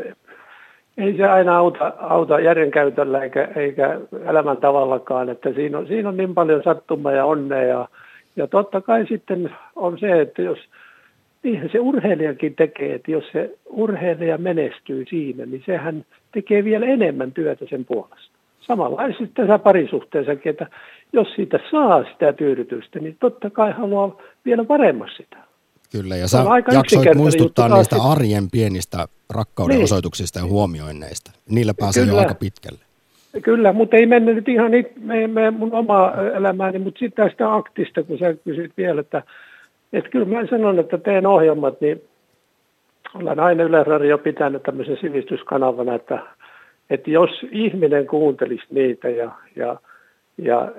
ei se aina auta, auta järjenkäytöllä eikä, eikä elämäntavallakaan, että siinä on, siinä on niin paljon sattumaa ja onnea. Ja, ja totta kai sitten on se, että jos niinhän se urheilijakin tekee, että jos se urheilija menestyy siinä, niin sehän tekee vielä enemmän työtä sen puolesta. Samanlaisesti tässä parisuhteessakin, että jos siitä saa sitä tyydytystä, niin totta kai haluaa vielä paremmas sitä. Kyllä, ja sä jaksoit muistuttaa niistä sit... arjen pienistä rakkauden niin. osoituksista ja huomioinneista. Niillä pääsee Kyllä. jo aika pitkälle. Kyllä, mutta ei mennä nyt ihan it, me, me, mun omaa elämääni, mutta sitten tästä aktista, kun sä kysyt vielä, että Että kyllä mä sanon, että teen ohjelmat, niin olen aina Yleisradio pitänyt tämmöisen sivistyskanavana, että, että jos ihminen kuuntelisi niitä ja, ja, ja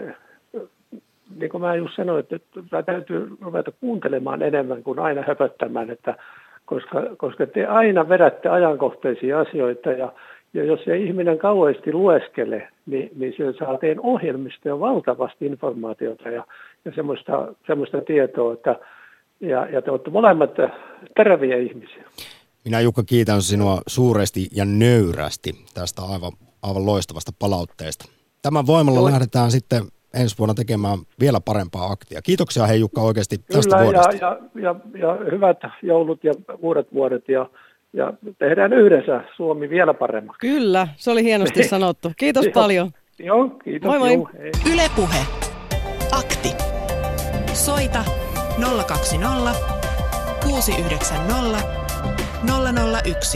niin kuin mä just sanoin, että mä täytyy ruveta kuuntelemaan enemmän kuin aina höpöttämään, että koska, koska te aina vedätte ajankohtaisia asioita ja, ja jos se ihminen kauheasti lueskele, niin, niin se saa teidän ohjelmista jo valtavasti informaatiota ja, ja semmoista, semmoista tietoa, että Ja, ja te olette molemmat teräviä ihmisiä. Minä, Jukka, kiitän sinua suuresti ja nöyrästi tästä aivan, aivan loistavasta palautteesta. Tämän voimalla Joo. lähdetään sitten ensi vuonna tekemään vielä parempaa aktia. Kiitoksia hei Jukka oikeasti Kyllä, tästä vuodesta. Ja, ja, ja, ja hyvät joulut ja uudet vuodet ja, ja tehdään yhdessä Suomi vielä paremmaksi. Kyllä, se oli hienosti sanottu. Kiitos paljon. Joo, kiitos. Moi moi. Joo, Yle Puhe. Akti. Soita nolla kaksi nolla kuusi yhdeksän nolla nolla nolla yksi.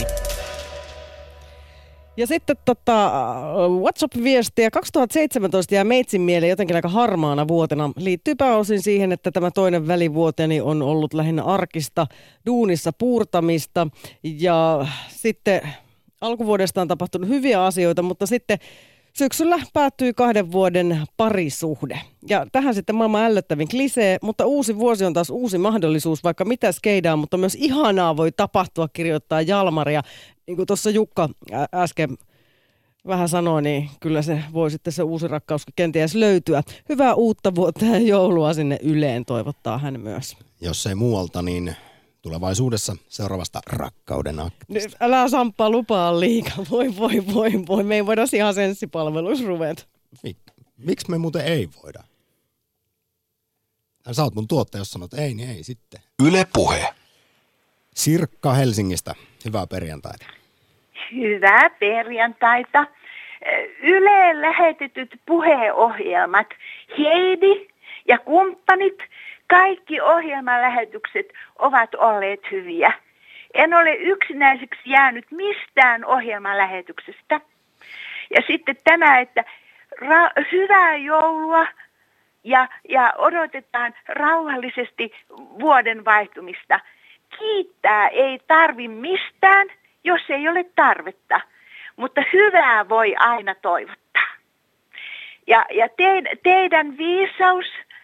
Ja sitten tota, WhatsApp-viestiä kaksituhattaseitsemäntoista jää meitsin mieleen jotenkin aika harmaana vuotena. Liittyy pääosin siihen, että tämä toinen välivuoteni on ollut lähinnä arkista duunissa puurtamista. Ja sitten alkuvuodesta on tapahtunut hyviä asioita, mutta sitten syksyllä päättyi kahden vuoden parisuhde. Ja tähän sitten maailman ällöttävin klisee, mutta uusi vuosi on taas uusi mahdollisuus, vaikka mitä skeidaan, mutta myös ihanaa voi tapahtua, kirjoittaa Jalmari. Ja niin kuin tuossa Jukka äsken vähän sanoi, niin kyllä se voi sitten se uusi rakkaus kenties löytyä. Hyvää uutta vuotta ja joulua sinne Yleen toivottaa hän myös. Jos ei muualta, niin tulevaisuudessa seuraavasta rakkauden aktista. Älä Samppa lupaa liikaa. Voi, voi, voi, voi. Me ei voida ihan senssipalveluissa ruveta. Mik, miksi me muuten ei voida? Sä oot mun tuottaja, jos sanot ei, niin ei sitten. Yle Puhe. Sirkka Helsingistä. Hyvää perjantaita. Hyvää perjantaita. Yleen lähetetyt puheohjelmat, Heidi ja kumppanit, kaikki ohjelmalähetykset ovat olleet hyviä. En ole yksinäiseksi jäänyt mistään ohjelmalähetyksestä. Ja sitten tämä, että ra- hyvää joulua ja, ja odotetaan rauhallisesti vuoden vaihtumista. Kiittää ei tarvi mistään, jos ei ole tarvetta, mutta hyvää voi aina toivottaa. Ja, ja te, teidän viisaus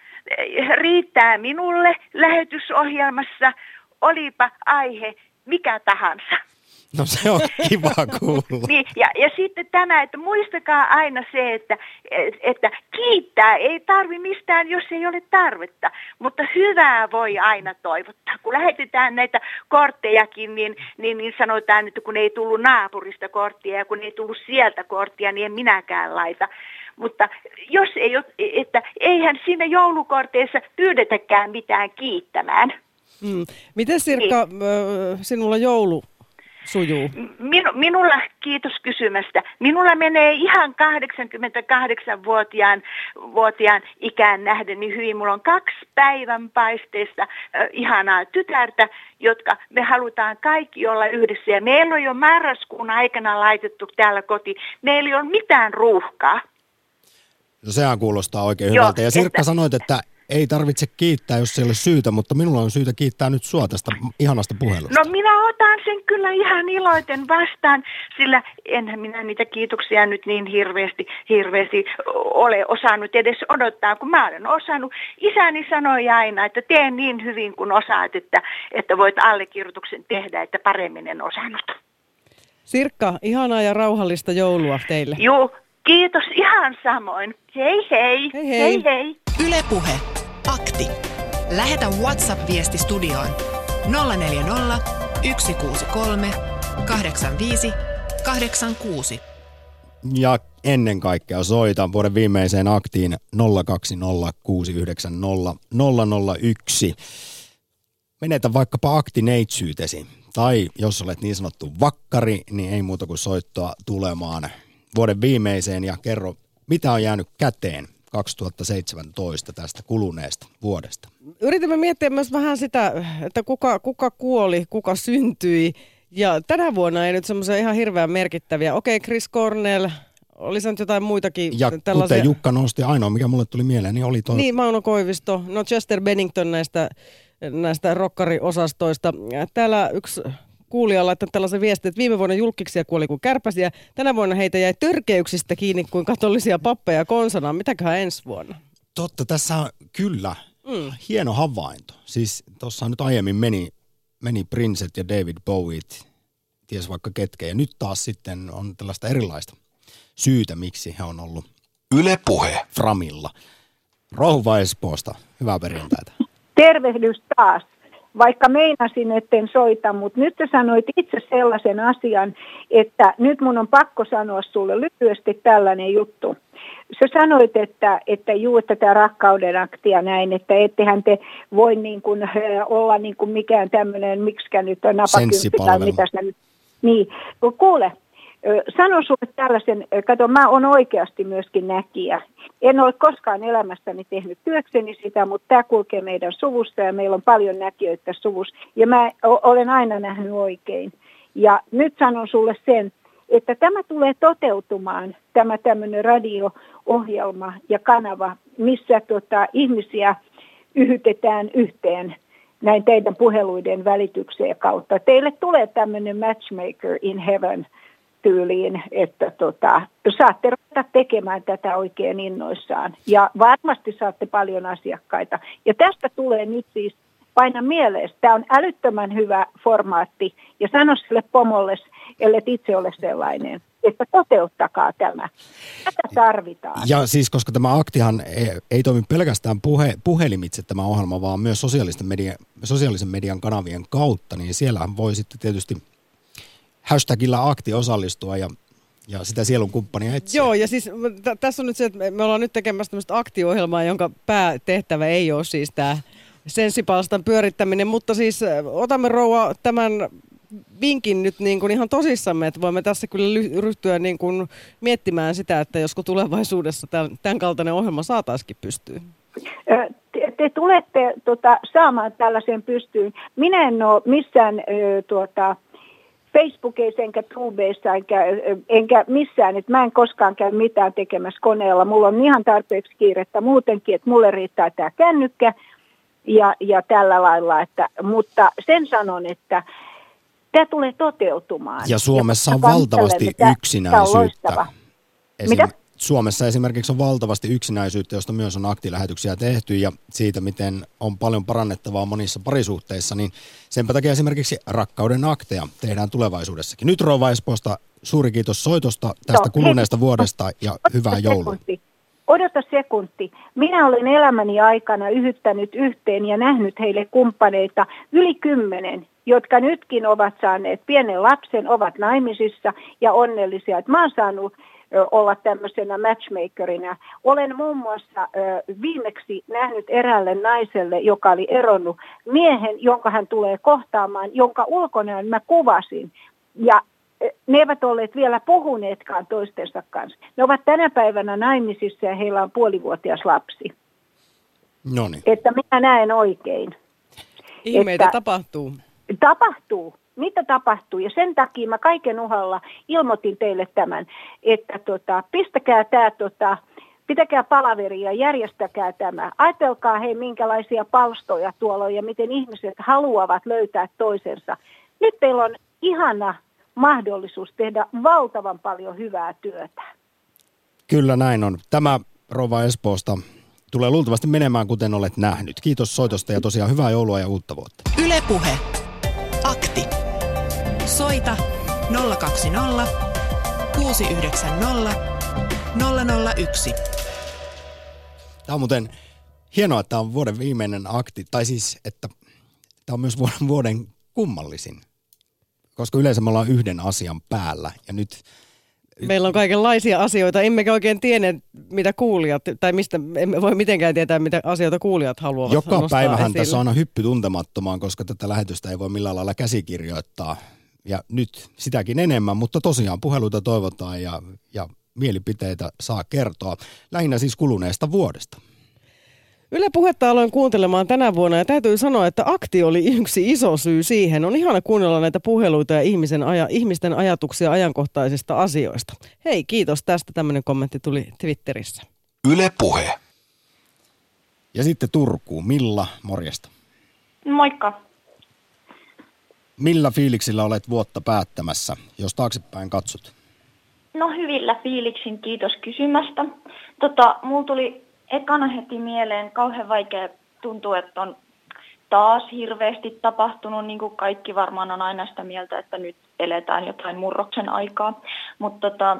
riittää minulle lähetysohjelmassa, olipa aihe mikä tahansa. No se on kiva kuulla. Niin, ja, ja sitten tämä, että muistakaa aina se, että, että kiittää ei tarvi mistään, jos ei ole tarvetta, mutta hyvää voi aina toivottaa. Kun lähetetään näitä korttejakin, niin, niin, niin sanotaan, että kun ei tullut naapurista korttia ja kun ei tullut sieltä korttia, niin en minäkään laita. Mutta jos ei ole, että eihän siinä joulukorteissa pyydetäkään mitään kiittämään. Mm. Miten Sirkka, niin. sinulla joulu sujuu? Minu, minulla, kiitos kysymästä, minulla menee ihan kahdeksankymmentäkahdeksanvuotiaan vuotiaan ikään nähden niin hyvin. Mulla on kaksi päivänpaisteista äh, ihanaa tytärtä, jotka me halutaan kaikki olla yhdessä. Ja meillä on jo marraskuun aikana laitettu täällä koti. Meillä ei ole mitään ruuhkaa. No sehän kuulostaa oikein Joo, hyvältä. Ja Sirkka että... sanoit, että ei tarvitse kiittää, jos ei ole syytä, mutta minulla on syytä kiittää nyt sua tästä ihanasta puhelusta. No minä otan sen kyllä ihan iloiten vastaan, sillä enhän minä niitä kiitoksia nyt niin hirveästi, hirveästi ole osannut edes odottaa, kun mä olen osannut. Isäni sanoi aina, että tee niin hyvin kuin osaat, että, että voit allekirjoituksen tehdä, että paremmin en osannut. Sirkka, ihanaa ja rauhallista joulua teille. Joo, kiitos ihan samoin. Hei hei. Hei hei. hei, hei. Yle Puhe. Akti. Lähetä WhatsApp-viesti studioon nolla neljä nolla, yksi kuusi kolme, kahdeksan viisi, kahdeksan kuusi. Ja ennen kaikkea soita vuoden viimeiseen aktiin nolla kaksi nolla kuusi yhdeksän nolla nolla nolla yksi. Menetä vaikkapa aktineitsyytesi. Tai jos olet niin sanottu vakkari, niin ei muuta kuin soittoa tulemaan vuoden viimeiseen ja kerro, mitä on jäänyt käteen kaksituhattaseitsemäntoista tästä kuluneesta vuodesta. Yritimme miettiä myös vähän sitä, että kuka, kuka kuoli, kuka syntyi. Ja tänä vuonna ei nyt semmoisia ihan hirveän merkittäviä. Okei, Chris Cornell, oli se nyt jotain muitakin. Ja tällaisia... kuten Jukka nosti, ainoa mikä mulle tuli mieleen, niin oli toi... Niin, Mauno Koivisto, no Chester Bennington näistä, näistä rokkariosastoista. Täällä yksi kuulija laittoi tällaisen viestin, että viime vuonna julkkiksia kuoli kuin kärpäsiä. Tänä vuonna heitä jäi törkeyksistä kiinni kuin katolisia pappeja konsanaan. Mitäköhän ensi vuonna? Totta, tässä on kyllä mm. hieno havainto. Siis tuossa nyt aiemmin meni, meni Princet ja David Bowie, ties vaikka ketkä. Ja nyt taas sitten on tällaista erilaista syytä, miksi he on ollut Yle Puhe Framilla. Rouva Espoosta, hyvää perjantaita. Tervehdys taas. Vaikka meinasin, etten soita, mutta nyt sä sanoit itse sellaisen asian, että nyt mun on pakko sanoa sulle lyhyesti tällainen juttu. Sä sanoit, että, että juu, että tämä rakkauden aktia näin, että ettehän te voi niin kuin olla niin kuin mikään tämmöinen, miksikä nyt on napakymppi tai mitä sä nyt. Niin, kuule, sano sulle tällaisen, kato mä oon oikeasti myöskin näkijä. En ole koskaan elämässäni tehnyt työkseni sitä, mutta tämä kulkee meidän suvusta ja meillä on paljon näkijöitä suvussa. Ja mä olen aina nähnyt oikein. Ja nyt sanon sulle sen, että tämä tulee toteutumaan, tämä tämmöinen radio-ohjelma ja kanava, missä tota, ihmisiä yhytetään yhteen näin teidän puheluiden välitykseen kautta. Teille tulee tämmöinen matchmaker in heaven tyyliin, että tota, saatte ruveta tekemään tätä oikein innoissaan. Ja varmasti saatte paljon asiakkaita. Ja tästä tulee nyt siis, paina mieleen, tämä on älyttömän hyvä formaatti. Ja sano sille pomolle, ellet itse ole sellainen, että toteuttakaa tämä. Tätä tarvitaan. Ja siis, koska tämä aktihan ei, ei toimi pelkästään puhe, puhelimitse tämä ohjelma, vaan myös sosiaalisten media, sosiaalisen median kanavien kautta, niin siellähän voi sitten tietysti hashtagillä akti osallistua ja, ja sitä sielun kumppania etsiä. Joo, ja siis t- tässä on nyt se, että me ollaan nyt tekemässä tämmöistä aktiohjelmaa, jonka päätehtävä ei ole siis tämä senssipalstan pyörittäminen, mutta siis otamme rouva tämän vinkin nyt niin kuin ihan tosissamme, että voimme tässä kyllä ryhtyä niin kuin miettimään sitä, että josko tulevaisuudessa tämän, tämän kaltainen ohjelma saataisiin pystyyn. Te, te tulette tota, saamaan tällaisen pystyyn. Minä en ole missään ö, tuota, Facebookissa enkä Tubeissa enkä, enkä missään, että mä en koskaan käy mitään tekemässä koneella. Mulla on ihan tarpeeksi kiirettä muutenkin, että mulle riittää tämä kännykkä ja, ja tällä lailla. Että, mutta sen sanon, että tämä tulee toteutumaan. Ja Suomessa on valtavasti yksinäisyyttä. Mitä? Suomessa esimerkiksi on valtavasti yksinäisyyttä, josta myös on aktilähetyksiä tehty ja siitä, miten on paljon parannettavaa monissa parisuhteissa, niin senpä takia esimerkiksi rakkauden akteja tehdään tulevaisuudessakin. Nyt Rouva Espoosta suuri kiitos soitosta tästä no, kuluneesta hei, vuodesta ja hyvää joulua. Odota sekunti. Minä olen elämäni aikana yhyttänyt yhteen ja nähnyt heille kumppaneita yli kymmenen, jotka nytkin ovat saaneet pienen lapsen, ovat naimisissa ja onnellisia. Että mä oon saanut olla tämmöisenä matchmakerina. Olen muun muassa ö, viimeksi nähnyt eräälle naiselle, joka oli eronnut miehen, jonka hän tulee kohtaamaan, jonka ulkonäön mä kuvasin. Ja ö, ne eivät olleet vielä puhuneetkaan toistensa kanssa. Ne ovat tänä päivänä naimisissa ja heillä on puolivuotias lapsi. Noniin. Että minä näen oikein. Ihmeitä että tapahtuu. Tapahtuu. Mitä tapahtuu? Ja sen takia mä kaiken uhalla ilmoitin teille tämän, että tota, pistäkää tämä, tota, pitäkää palaveria, järjestäkää tämä. Ajatelkaa hei minkälaisia palstoja tuolla on ja miten ihmiset haluavat löytää toisensa. Nyt teillä on ihana mahdollisuus tehdä valtavan paljon hyvää työtä. Kyllä näin on. Tämä Rouva Espoosta tulee luultavasti menemään kuten olet nähnyt. Kiitos soitosta ja tosiaan hyvää joulua ja uutta vuotta. Yle Puhe. Akti. Soita nolla kaksi nolla kuusi yhdeksän nolla nolla nolla yksi. Tämä on muuten hienoa, että tämä on vuoden viimeinen akti, tai siis, että tämä on myös vuoden, vuoden kummallisin, koska yleensä me ollaan yhden asian päällä ja nyt meillä on kaikenlaisia asioita, emmekä oikein tiedä, mitä kuulijat, tai mistä emme voi mitenkään tietää, mitä asioita kuulijat haluavat Joka nostaa päivähän esille. Tässä on aina hyppy tuntemattomaan, koska tätä lähetystä ei voi millään lailla käsikirjoittaa. Ja nyt sitäkin enemmän, mutta tosiaan puheluita toivotaan ja, ja mielipiteitä saa kertoa. Lähinnä siis kuluneesta vuodesta. Yle Puhetta aloin kuuntelemaan tänä vuonna ja täytyy sanoa, että akti oli yksi iso syy siihen. On ihana kuunnella näitä puheluita ja ihmisen aja, ihmisten ajatuksia ajankohtaisista asioista. Hei, kiitos tästä. Tämmöinen kommentti tuli Twitterissä. Yle Puhe. Ja sitten Turkuun. Milla, morjesta. Moikka. Millä fiiliksillä olet vuotta päättämässä, jos taaksepäin katsot? No hyvillä fiiliksin, kiitos kysymästä. Tota, mulla tuli ekana heti mieleen, kauhean vaikea tuntuu, että on taas hirveästi tapahtunut, niin kuin kaikki varmaan on aina sitä mieltä, että nyt eletään jotain murroksen aikaa. Mutta tota,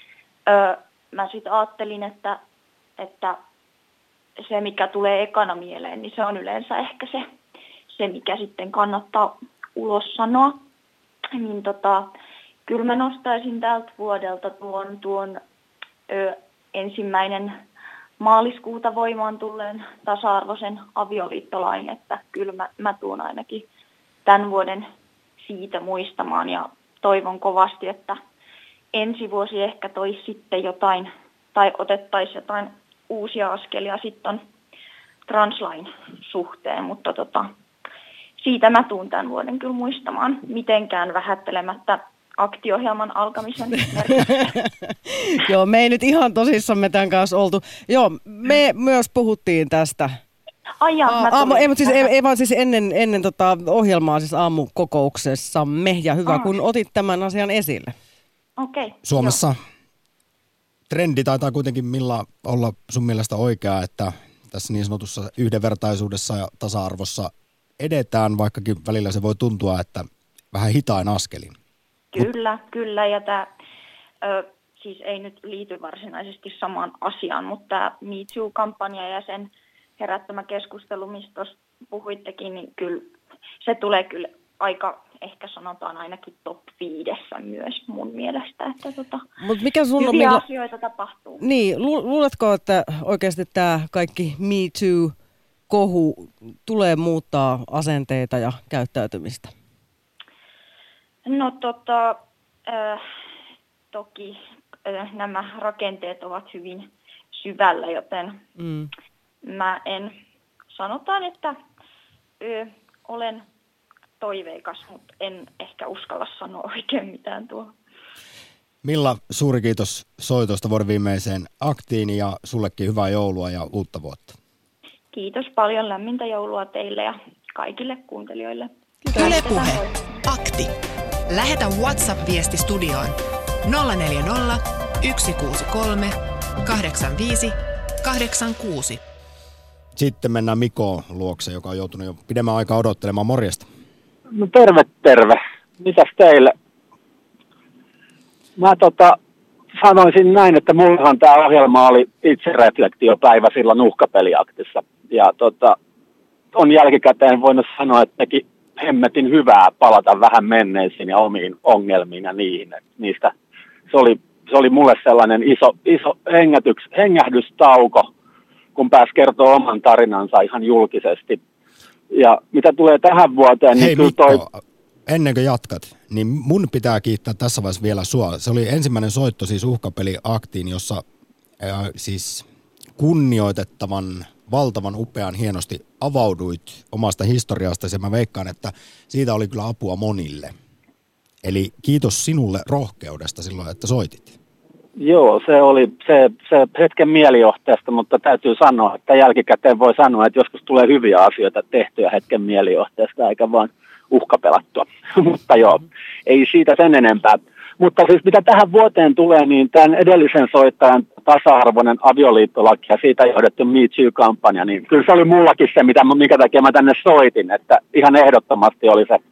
mä sitten ajattelin, että, että se mikä tulee ekana mieleen, niin se on yleensä ehkä se, se mikä sitten kannattaa ulos sanoa. Niin tota, kyllä mä nostaisin tältä vuodelta tuon, tuon ö, ensimmäinen maaliskuuta voimaan tulleen tasa-arvoisen avioliittolain, että kyllä mä, mä tuun ainakin tämän vuoden siitä muistamaan ja toivon kovasti, että ensi vuosi ehkä toisi sitten jotain tai otettaisiin jotain uusia askelia sitten translain suhteen, mutta tota, siitä mä tuun tämän vuoden kyllä muistamaan mitenkään vähättelemättä aktiohjelman alkamisen merkitystä. Joo, me ei nyt ihan tosissamme tämän kanssa oltu. Joo, me myös puhuttiin tästä. Ai jaa, mä Aamu, ei, mutta siis, ei, ei vaan siis ennen, ennen tota ohjelmaa siis aamukokouksessamme ja hyvä, ah. kun otit tämän asian esille. Okei. Okay, Suomessa jo. trendi taitaa kuitenkin Milla olla sun mielestä oikea, että tässä niin sanotussa yhdenvertaisuudessa ja tasa-arvossa edetään, vaikkakin välillä se voi tuntua, että vähän hitain askelin. Kyllä, Mut... kyllä. Ja tämä siis ei nyt liity varsinaisesti samaan asiaan, mutta tämä Me Too-kampanja ja sen herättämä keskustelu, mistä tuossa puhuittekin, niin kyllä se tulee kyllä aika, ehkä sanotaan ainakin top viidessä myös mun mielestä, että tota, Mut mikä sun hyviä on, milla... asioita tapahtuu. Niin, lu- luuletko, että oikeasti tämä kaikki Me Too-kohu tulee muuttaa asenteita ja käyttäytymistä? No tota, äh, toki äh, nämä rakenteet ovat hyvin syvällä, joten mm. mä en, sanotaan, että ö, olen toiveikas, mutta en ehkä uskalla sanoa oikein mitään tuohon. Milla, suuri kiitos soitosta vuoden viimeiseen aktiin ja sullekin hyvää joulua ja uutta vuotta. Kiitos paljon, lämmintä joulua teille ja kaikille kuuntelijoille. Yle Puhe. Akti. Lähetä WhatsApp-viesti studioon nolla neljä nolla, yksi kuusi kolme, kahdeksan viisi, kahdeksan kuusi. Sitten mennään Mikon luokse, joka on joutunut jo pidemmän aikaa odottelemaan. Morjesta. No terve, terve. Mitäs teille? Mä tota, sanoisin näin, että mullahan tämä ohjelma oli itsereflektiopäivä silloin uhkapeliaktissa. Ja tota, on jälkikäteen voinut sanoa, että teki hemmetin hyvää palata vähän menneisiin ja omiin ongelmiin ja niihin. Et niistä, se, oli, se oli mulle sellainen iso, iso hengätyks, hengähdystauko, kun pääsi kertoa oman tarinansa ihan julkisesti. Ja mitä tulee tähän vuoteen, Hei, niin kyllä toi... Mikko, ennen kuin jatkat, niin mun pitää kiittää tässä vaiheessa vielä sua. Se oli ensimmäinen soitto siis uhkapeliaktiin, jossa äh, siis kunnioitettavan, valtavan upean hienosti avauduit omasta historiasta, ja mä veikkaan, että siitä oli kyllä apua monille. Eli kiitos sinulle rohkeudesta silloin, että soitit. Joo, se oli se, se hetken mielijohteesta, mutta täytyy sanoa, että jälkikäteen voi sanoa, että joskus tulee hyviä asioita tehtyä hetken mielijohteesta, eikä vaan uhkapelattua. Mutta joo, ei siitä sen enempää. Mutta siis mitä tähän vuoteen tulee, niin tämän edellisen soittajan tasa-arvoinen avioliittolaki ja siitä johdettu Me Too-kampanja, niin kyllä se oli mullakin se, mitä, minkä takia mä tänne soitin, että ihan ehdottomasti oli se,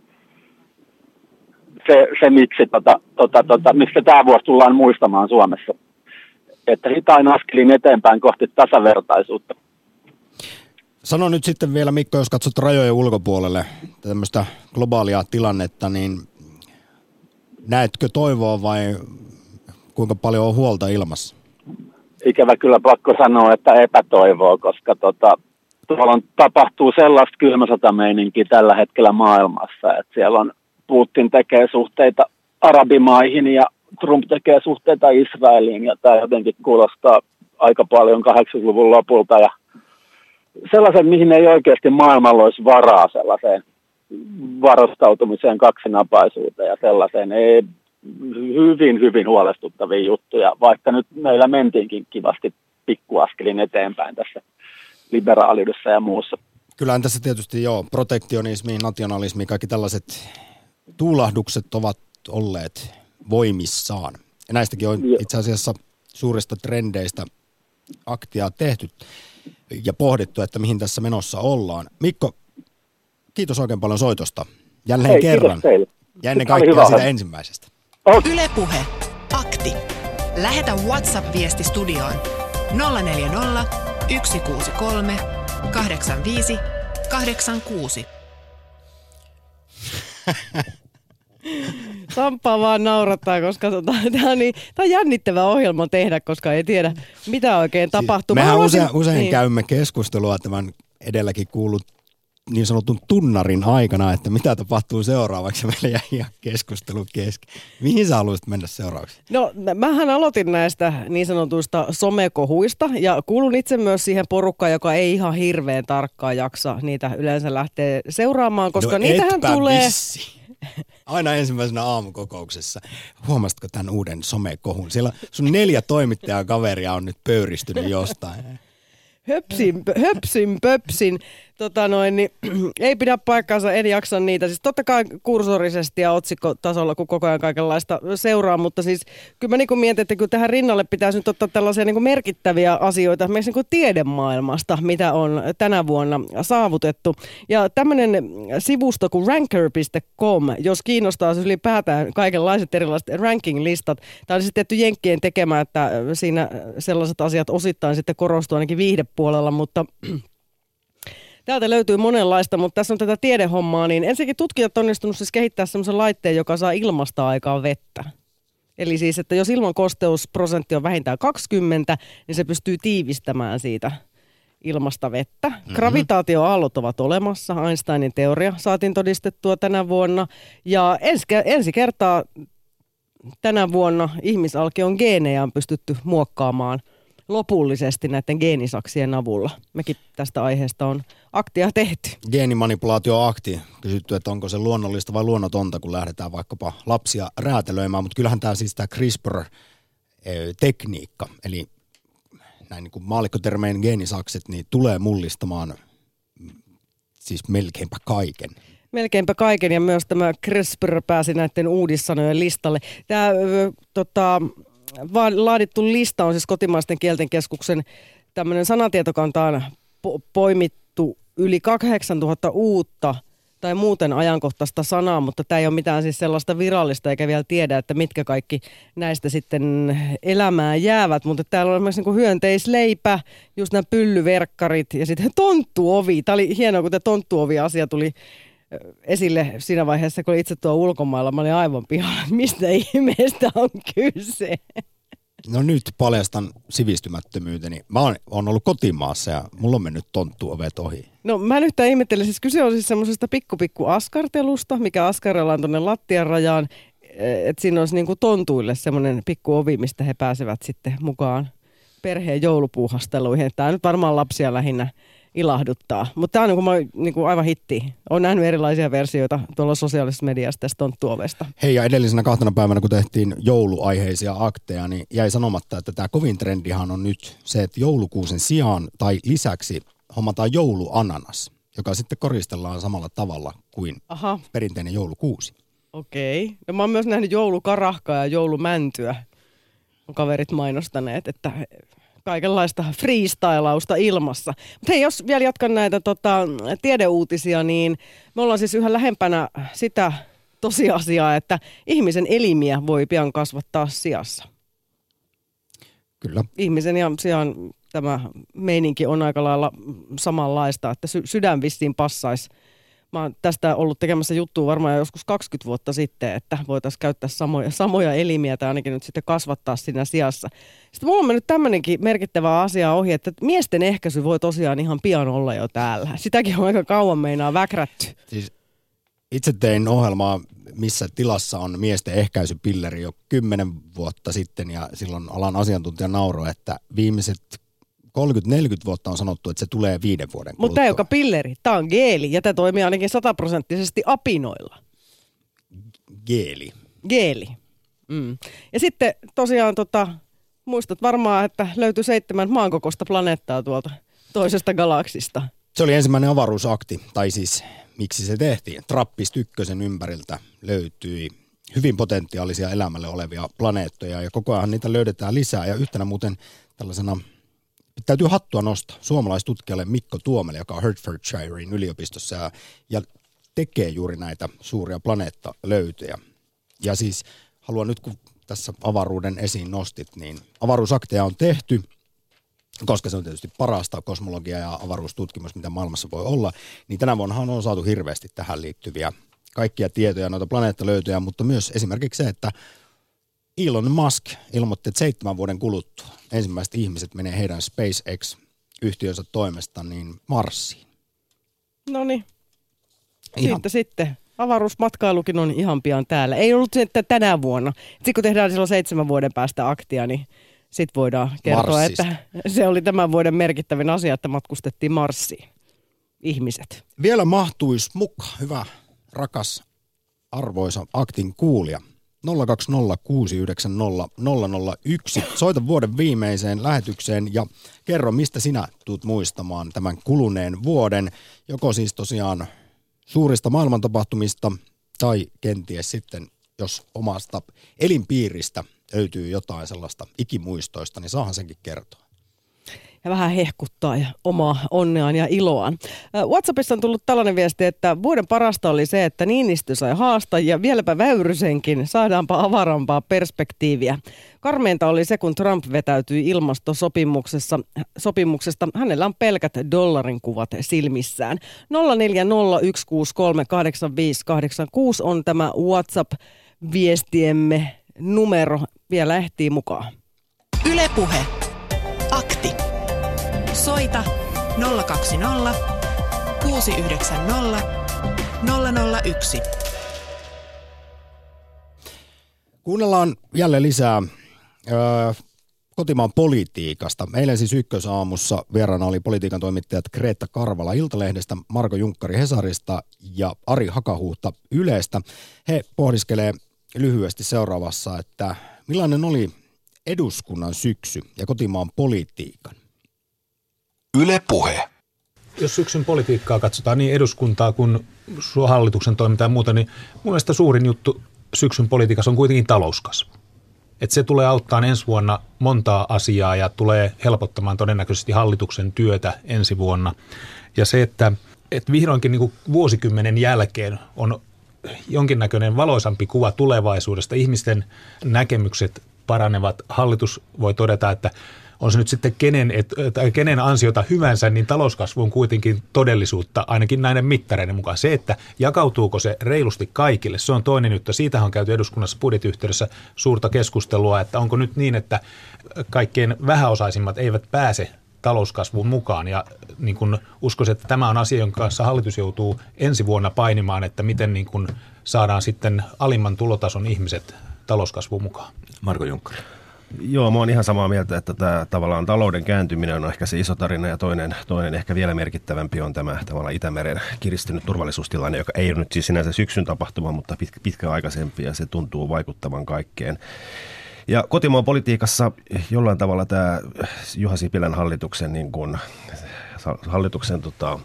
se, se miksi, tota, tota, tota, miksi tämä vuosi tullaan muistamaan Suomessa. Että hitain askelin eteenpäin kohti tasavertaisuutta. Sano nyt sitten vielä, Mikko, jos katsot rajojen ulkopuolelle tämmöistä globaalia tilannetta, niin näetkö toivoa vai kuinka paljon on huolta ilmassa? Ikävä kyllä pakko sanoa, että epätoivoa, koska tota, tuolla on, tapahtuu sellaista kylmäsotameininkiä tällä hetkellä maailmassa, että siellä on Putin tekee suhteita arabimaihin ja Trump tekee suhteita Israeliin, ja tämä jotenkin kuulostaa aika paljon kahdeksankymmentäluvun lopulta, ja sellaisen, mihin ei oikeasti maailmalla olisi varaa, sellaiseen varustautumiseen, kaksinapaisuuteen ja sellaiseen, ei hyvin, hyvin huolestuttavia juttuja, vaikka nyt meillä mentiinkin kivasti pikkuaskelin eteenpäin tässä liberaaliudessa ja muussa. Kyllähän tässä tietysti joo, protektionismi, nationalismi, kaikki tällaiset tuulahdukset ovat olleet voimissaan. Ja näistäkin on itse asiassa suurista trendeistä aktia tehty ja pohdittu, että mihin tässä menossa ollaan. Mikko, kiitos oikein paljon soitosta. Jälleen Hei, kerran. Ja ennen kaikkea sitä ensimmäisestä. Yle Puhe. Akti. Lähetä WhatsApp-viesti studioon nolla neljä nolla, yksi kuusi kolme, kahdeksan viisi, kahdeksan kuusi. Samppaa vaan naurattaa, koska tota, tämä on, niin, on jännittävä ohjelma tehdä, koska ei tiedä, mitä oikein tapahtuu. Siis mehän usein, usein niin. käymme keskustelua tämän edelläkin kuullut niin sanotun tunnarin aikana, että mitä tapahtuu seuraavaksi. Meillä jäi ihan keskustelu kesken. Mihin sä haluaisit mennä seuraavaksi? No, mähän aloitin näistä niin sanotuista somekohuista ja kuulun itse myös siihen porukkaan, joka ei ihan hirveän tarkkaan jaksa niitä yleensä lähteä seuraamaan, koska no niitähän tulee... Vissi. Aina ensimmäisenä aamukokouksessa. Huomasitko tämän uuden somekohun? Siellä sun neljä toimittajakaveria on nyt pöyristynyt jostain. Höpsin, höpsin, pöpsin. Tota noin, niin, ei pidä paikkaansa, en jaksa niitä. Siis totta kai kursorisesti ja otsikkotasolla, kun koko ajan kaikenlaista seuraa, mutta siis kyllä mä niin mietin, että kyllä tähän rinnalle pitäisi nyt ottaa tällaisia niin merkittäviä asioita myös niin tiedemaailmasta, mitä on tänä vuonna saavutettu. Ja tämmöinen sivusto kuin ranker piste com, jos kiinnostaa siis ylipäätään kaikenlaiset erilaiset ranking-listat. Tämä oli sitten tehty Jenkkien tekemään, että siinä sellaiset asiat osittain sitten korostuu ainakin viihdepuolella, mutta... Täältä löytyy monenlaista, mutta tässä on tätä tiedehommaa, niin ensinnäkin tutkijat on onnistunut siis kehittää semmoisen laitteen, joka saa ilmasta aikaan vettä. Eli siis, että jos ilman kosteusprosentti on vähintään kaksikymmentä, niin se pystyy tiivistämään siitä ilmasta vettä. Mm-hmm. Gravitaatioaallot ovat olemassa. Einsteinin teoria saatiin todistettua tänä vuonna. Ja ensi, ensi kertaa tänä vuonna ihmisalkion geenejä on pystytty muokkaamaan lopullisesti näiden geenisaksien avulla. Mekin tästä aiheesta on aktia tehty. Geenimanipulaatioakti. Kysytty, että onko se luonnollista vai luonnotonta, kun lähdetään vaikkapa lapsia räätälöimään. Mutta kyllähän tämä siis tämä CRISPR-tekniikka, eli näin niin kuin maallikkotermein geenisakset, niin tulee mullistamaan siis melkeinpä kaiken. Melkeinpä kaiken, ja myös tämä CRISPR pääsi näiden uudissanojen listalle. Tämä tota, vaan laadittu lista on siis Kotimaisten kielten keskuksen tämmöinen sanatietokantaan po- poimittu yli kahdeksantuhatta uutta tai muuten ajankohtaista sanaa, mutta tämä ei ole mitään siis sellaista virallista eikä vielä tiedä, että mitkä kaikki näistä sitten elämään jäävät, mutta täällä on myös niin kuin hyönteisleipä, just nämä pyllyverkkarit ja sitten tonttuovi. Tämä oli hienoa, kun tämä tonttuovi-asia tuli esille siinä vaiheessa, kun oli itse tuo ulkomailla. Mä olin aivan pihalla, mistä ihmeestä on kyse. No nyt paljastan sivistymättömyyteni. Mä oon, oon ollut kotimaassa ja mulla on mennyt tonttuovet ohi. No mä en yhtään ihmettelen. Siis kyse on siis semmoisesta pikkupikku askartelusta, mikä askarellaan tuonne lattian rajaan. Että siinä olisi niinku tontuille semmoinen pikku ovi, mistä he pääsevät sitten mukaan perheen joulupuuhasteluihin. Tämä nyt varmaan lapsia lähinnä ilahduttaa. Mutta tämä on niinku, niinku aivan hitti. Olen nähnyt erilaisia versioita tuolla sosiaalisessa mediassa tästä tonttuovesta. Hei, ja edellisenä kahtena päivänä, kun tehtiin jouluaiheisia akteja, niin jäi sanomatta, että tämä kovin trendihan on nyt se, että joulukuusen sijaan tai lisäksi hommataan jouluananas, joka sitten koristellaan samalla tavalla kuin Aha. perinteinen joulukuusi. Okei. No mä oon myös nähnyt joulukarahkaa ja joulumäntyä. On kaverit mainostaneet, että kaikenlaista freestylausta ilmassa. Mutta hei, jos vielä jatkan näitä tota, tiedeuutisia, niin me ollaan siis yhä lähempänä sitä tosiasiaa, että ihmisen elimiä voi pian kasvattaa siassa. Kyllä. Ihmisen ja sian tämä meininki on aika lailla samanlaista, että sy- sydän vissiin passaisi. Mä oon tästä ollut tekemässä juttua varmaan joskus kaksikymmentä vuotta sitten, että voitaisiin käyttää samoja, samoja elimiä tai ainakin nyt sitten kasvattaa siinä sijassa. Sitten mulla on mennyt tämmöinenkin merkittävä asia ohi, että miesten ehkäisy voi tosiaan ihan pian olla jo täällä. Sitäkin on aika kauan meinaa väkrätty. Siis itse tein ohjelmaa, missä tilassa on miesten ehkäisypilleri jo kymmenen vuotta sitten ja silloin alan asiantuntija nauroi, että viimeiset kolmekymmentä neljäkymmentä vuotta on sanottu, että se tulee viiden vuoden kuluttua. Mutta tämä ei olekaan pilleri, tämä on geeli ja tämä toimii ainakin sataprosenttisesti apinoilla. Geeli. Geeli. Mm. Ja sitten tosiaan tota, muistat varmaan, että löytyi seitsemän maankokoista planeettaa tuolta toisesta galaksista. Se oli ensimmäinen avaruusakti, tai siis miksi se tehtiin. Trappist ykkösen ympäriltä löytyi hyvin potentiaalisia elämälle olevia planeettoja ja koko ajan niitä löydetään lisää ja yhtenä muuten tällaisena täytyy hattua nostaa suomalaistutkijalle Mikko Tuomelle, joka on Hertfordshirein yliopistossa ja, ja tekee juuri näitä suuria planeettalöytöjä. Ja siis haluan nyt, kun tässä avaruuden esiin nostit, niin avaruusakteja on tehty, koska se on tietysti parasta kosmologia ja avaruustutkimus, mitä maailmassa voi olla, niin tänä vuonnahan on saatu hirveästi tähän liittyviä kaikkia tietoja, noita planeettalöytöjä, mutta myös esimerkiksi se, että Elon Musk ilmoitti, että seitsemän vuoden kuluttua ensimmäiset ihmiset menee heidän SpaceX-yhtiönsä toimesta niin Marsiin. No niin, siitä sitten. Avaruusmatkailukin on ihan pian täällä. Ei ollut sitten tänä vuonna. Sitten kun tehdään silloin seitsemän vuoden päästä aktia, niin sitten voidaan kertoa, Marsista. Että se oli tämän vuoden merkittävin asia, että matkustettiin Marsiin. Ihmiset. Vielä mahtuisi mukaan. Hyvä, rakas, arvoisa aktin kuulija. nolla kaksi nolla kuusi yhdeksän nolla nolla nolla yksi. Soita vuoden viimeiseen lähetykseen ja kerro, mistä sinä tulet muistamaan tämän kuluneen vuoden. Joko siis tosiaan suurista maailmantapahtumista tai kenties sitten, jos omasta elinpiiristä löytyy jotain sellaista ikimuistoista, niin saahan senkin kertoa. Ja vähän hehkuttaa ja omaa onneaan ja iloaan. WhatsAppissa on tullut tällainen viesti, että vuoden parasta oli se, että Niinistö sai haastaa ja vieläpä Väyrysenkin. Saadaanpa avarampaa perspektiiviä. Karmeinta oli se, kun Trump vetäytyi ilmastosopimuksessa. Sopimuksesta. Hänellä on pelkät dollarin kuvat silmissään. nolla neljä nolla yksi kuusi kolme kahdeksan viisi kahdeksan kuusi on tämä WhatsApp-viestiemme numero. Vielä ehtii mukaan. Yle Puhe. Akti. Soita nolla kaksi nolla kuusi yhdeksän nolla nolla nolla yksi. Kuunnellaan jälleen lisää öö, kotimaan politiikasta. Eilen siis Ykkösaamussa vieraana oli politiikan toimittajat Kreetta Karvala Iltalehdestä, Marko Junkkari Hesarista ja Ari Hakahuhta Ylestä. He pohdiskelee lyhyesti seuraavassa, että millainen oli eduskunnan syksy ja kotimaan politiikan. Yle Puhe. Jos syksyn politiikkaa katsotaan, niin eduskuntaa kuin hallituksen toimintaa ja muuta, niin mun mielestä suurin juttu syksyn politiikassa on kuitenkin talouskasvu. Että se tulee auttaa ensi vuonna montaa asiaa ja tulee helpottamaan todennäköisesti hallituksen työtä ensi vuonna. Ja se, että, että vihdoinkin niin kuin vuosikymmenen jälkeen on jonkinnäköinen valoisampi kuva tulevaisuudesta. Ihmisten näkemykset paranevat. Hallitus voi todeta, että on se nyt sitten kenen, et, tai kenen ansiota hyvänsä, niin talouskasvu on kuitenkin todellisuutta, ainakin näiden mittareiden mukaan. Se, että jakautuuko se reilusti kaikille, se on toinen juttu. Siitähän on käyty eduskunnassa budjettiyhteydessä suurta keskustelua, että onko nyt niin, että kaikkein vähäosaisimmat eivät pääse talouskasvuun mukaan. Ja niin kun uskoisin, että tämä on asia, jonka kanssa hallitus joutuu ensi vuonna painimaan, että miten niin kun saadaan sitten alimman tulotason ihmiset talouskasvuun mukaan. Marko Junkkari. Joo, mä oon ihan samaa mieltä, että tämä tavallaan talouden kääntyminen on ehkä se iso tarina ja toinen, toinen ehkä vielä merkittävämpi on tämä tavallaan Itämeren kiristynyt turvallisuustilanne, joka ei ole nyt siis sinänsä syksyn tapahtuma, mutta pitkä, pitkäaikaisempi ja se tuntuu vaikuttavan kaikkeen. Ja kotimaan politiikassa jollain tavalla tämä Juha Sipilän hallituksen, niin kuin, hallituksen tota,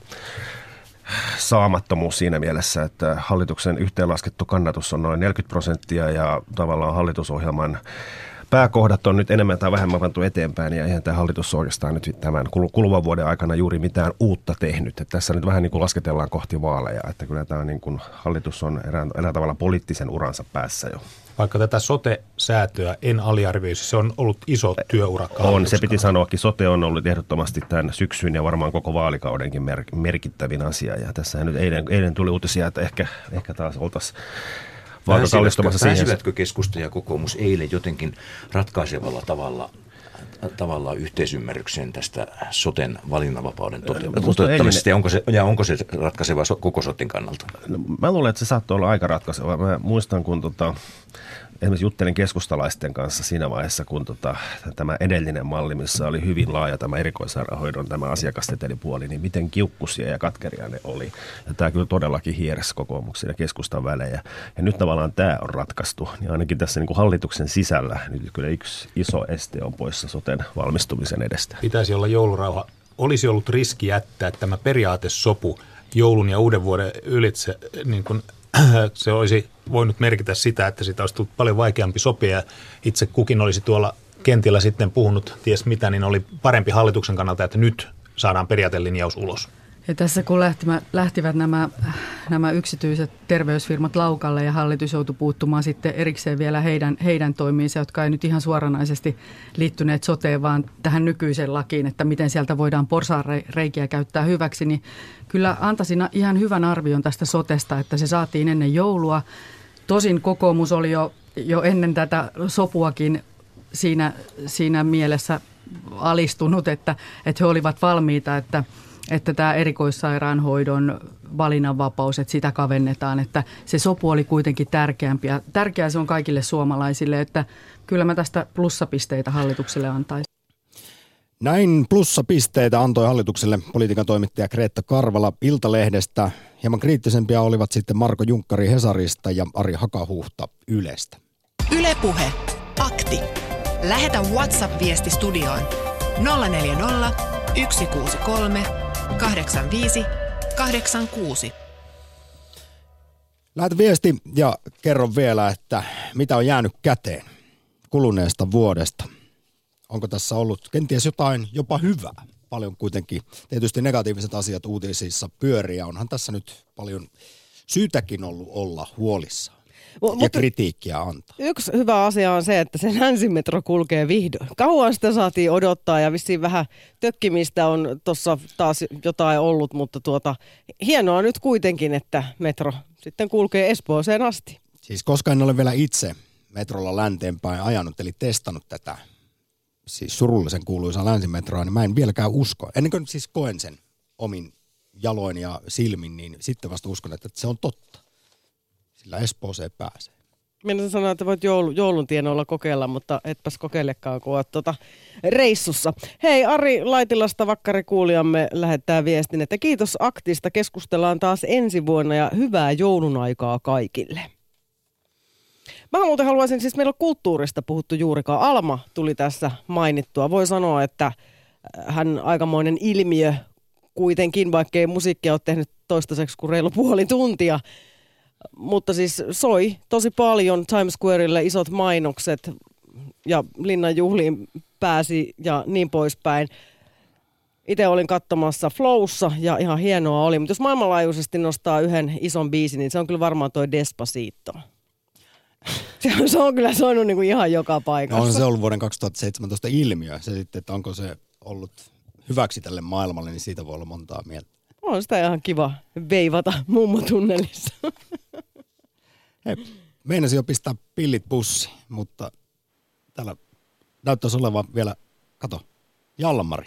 saamattomuus siinä mielessä, että hallituksen yhteenlaskettu kannatus on noin neljäkymmentä prosenttia ja tavallaan hallitusohjelman pääkohdat on nyt enemmän tai vähemmän pantu eteenpäin ja eihän tämä hallitus oikeastaan nyt tämän kuluvan vuoden aikana juuri mitään uutta tehnyt. Että tässä nyt vähän niin kuin lasketellaan kohti vaaleja, että kyllä tämä niin kuin hallitus on erään, erään tavalla poliittisen uransa päässä jo. Vaikka tätä sote-säätöä en aliarvioisi, se on ollut iso työurakka. On, se piti sanoakin. Sote on ollut ehdottomasti tämän syksyn ja varmaan koko vaalikaudenkin mer- merkittävin asia. Ja tässä nyt eilen, eilen tuli uutisia, että ehkä, ehkä taas oltaisiin Pääsivätkö, pääsivätkö keskusta ja kokoomus eilen jotenkin ratkaisevalla tavalla, tavalla yhteisymmärrykseen tästä soten valinnanvapauden toteuttamisesta? Ja onko se, ja onko se ratkaiseva koko soten kannalta? No, mä luulen, että se saattoi olla aika ratkaiseva. Mä muistan, kun tota, esimerkiksi juttelin keskustalaisten kanssa siinä vaiheessa, kun tota, tämä edellinen malli, missä oli hyvin laaja tämä erikoissairaanhoidon tämä asiakassetelipuoli, niin miten kiukkusia ja katkeria ne oli. Ja tämä kyllä todellakin hiersi kokoomuksen ja keskustan välejä. Ja nyt tavallaan tämä on ratkaistu. Ja ainakin tässä niin kuin hallituksen sisällä nyt kyllä yksi iso este on poissa soten valmistumisen edestä. Pitäisi olla joulurauha. Olisi ollut riski jättää tämä periaatesopu joulun ja uuden vuoden ylitse, niin kuin se olisi voinut merkitä sitä, että sitä olisi tullut paljon vaikeampi sopia. Itse kukin olisi tuolla kentillä sitten puhunut ties mitä, niin oli parempi hallituksen kannalta, että nyt saadaan periaatelinjaus ulos. Ja tässä kun lähtivät, lähtivät nämä, nämä yksityiset terveysfirmat laukalle ja hallitus joutui puuttumaan sitten erikseen vielä heidän, heidän toimiinsa, jotka ei nyt ihan suoranaisesti liittyneet soteen, vaan tähän nykyiseen lakiin, että miten sieltä voidaan porsaanreikiä käyttää hyväksi, niin kyllä antaisin ihan hyvän arvion tästä sotesta, että se saatiin ennen joulua. Tosin kokoomus oli jo, jo ennen tätä sopuakin siinä, siinä mielessä alistunut, että, että he olivat valmiita, että että tämä erikoissairaanhoidon valinnanvapaus, että sitä kavennetaan, että se sopu oli kuitenkin tärkeämpi ja tärkeää se on kaikille suomalaisille, että kyllä mä tästä plussapisteitä hallitukselle antaisin. Näin plussapisteitä antoi hallitukselle politiikan toimittaja Kreetta Karvala Iltalehdestä. Hieman kriittisempiä olivat sitten Marko Junkkari Hesarista ja Ari Hakahuhta Ylestä. Yle Puhe. Akti. Lähetä WhatsApp-viesti studioon nolla neljä nolla, yksi kuusi kolme, kahdeksan viisi, kahdeksan kuusi. Lähetä viesti ja kerro vielä, että mitä on jäänyt käteen kuluneesta vuodesta. Onko tässä ollut kenties jotain jopa hyvää? Paljon kuitenkin tietysti negatiiviset asiat uutisissa pyörii ja onhan tässä nyt paljon syytäkin ollut olla huolissaan. Ja Mut, kritiikkiä antaa. Yksi hyvä asia on se, että se länsimetro kulkee vihdoin. Kauan sitä saatiin odottaa ja vissiin vähän tökkimistä on tuossa taas jotain ollut, mutta tuota, hienoa nyt kuitenkin, että metro sitten kulkee Espooseen asti. Siis koska en ole vielä itse metrolla länteenpäin ajanut, eli testannut tätä siis surullisen kuuluisa länsimetroa, niin mä en vieläkään usko. Ennen kuin siis koen sen omin jaloin ja silmin, niin sitten vasta uskon, että se on totta. Sillä Espooseen pääsee. Minä sanoa, että voit joulu, joulun tienoilla kokeilla, mutta etpäs kokeilekaan, kun olet tuota reissussa. Hei, Ari Laitilasta vakkari kuulijamme lähettää viestin, että kiitos aktista. Keskustellaan taas ensi vuonna ja hyvää joulun aikaa kaikille. Mä muuten haluaisin, siis meillä on kulttuurista puhuttu juurikaan. Alma tuli tässä mainittua. Voi sanoa, että hän aikamoinen ilmiö kuitenkin, vaikkei musiikkia ole tehnyt toistaiseksi kuin reilu puoli tuntia. Mutta siis soi tosi paljon Times Squarelle isot mainokset ja Linnan juhliin pääsi ja niin poispäin. Itse olin katsomassa Flowssa ja ihan hienoa oli, mutta jos maailmanlaajuisesti nostaa yhden ison biisin, niin se on kyllä varmaan toi Despacito. Se on, se on kyllä soinut niin kuin ihan joka paikassa. No on se ollut vuoden kaksituhattaseitsemäntoista ilmiö. Se sitten, että onko se ollut hyväksi tälle maailmalle, niin siitä voi olla montaa mieltä. On sitä ihan kiva veivata mummotunnelissa. Hei, meinasin jo pistää pillit pussiin, mutta täällä näyttäisi olevan vielä, kato, Jalmari.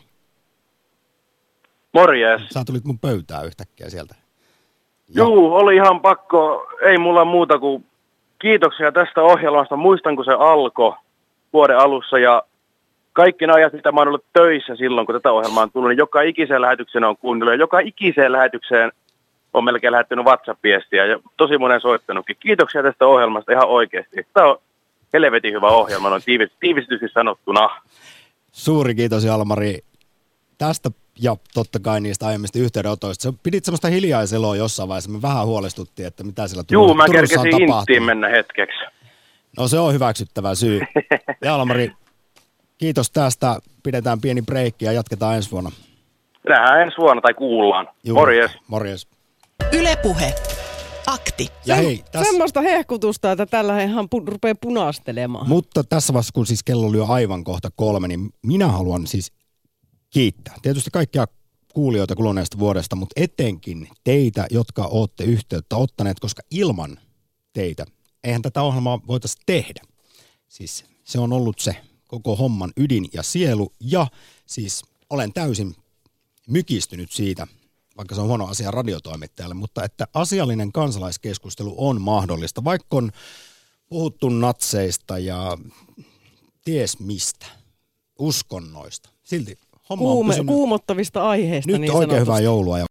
Morjes. Sä tulit mun pöytään yhtäkkiä sieltä. Juu, oli ihan pakko. Ei mulla muuta kuin kiitoksia tästä ohjelmasta. Muistan, kun se alkoi vuoden alussa ja kaikki ne ajat, mitä mä oon ollut töissä silloin, kun tätä ohjelmaa on tullut, niin joka ikiseen lähetykseen on kuunnellut ja joka ikiseen lähetykseen on melkein lähettänyt WhatsApp-viestiä ja tosi monen soittanutkin. Kiitoksia tästä ohjelmasta ihan oikeasti. Tämä on helvetin hyvä ohjelma, noin tiivistysti sanottuna. Suuri kiitos Jalmari tästä ja totta kai niistä aiemmista yhteydenotoista. Sä pidit semmoista hiljaiseloa jossain vaiheessa. Me vähän huolestuttiin, että mitä siellä Turussa Juu, mä Turussa on kerkesin tapahtunut. inttiin mennä hetkeksi. No se on hyväksyttävä syy. Jalmari, kiitos tästä. Pidetään pieni breikki ja jatketaan ensi vuonna. Nähdään ensi vuonna tai kuullaan. Juu, Morjes. Morjes. Yle Puhe. Akti. Ja hei, tässä... Semmoista hehkutusta, että tällä ihan pu- rupeaa punastelemaan. Mutta tässä vaiheessa, kun siis kello lyö aivan kohta kolme, niin minä haluan siis kiittää. Tietysti kaikkia kuulijoita kuluneesta vuodesta, mutta etenkin teitä, jotka olette yhteyttä ottaneet, koska ilman teitä eihän tätä ohjelmaa voitaisiin tehdä. Siis se on ollut se koko homman ydin ja sielu ja siis olen täysin mykistynyt siitä, vaikka se on huono asia radiotoimittajalle, mutta että asiallinen kansalaiskeskustelu on mahdollista, vaikka on puhuttu natseista ja ties mistä, uskonnoista. Silti homma on Kuume, pysynyt. kuumottavista aiheista. Nyt niin oikein sanotusti. hyvää joulua ja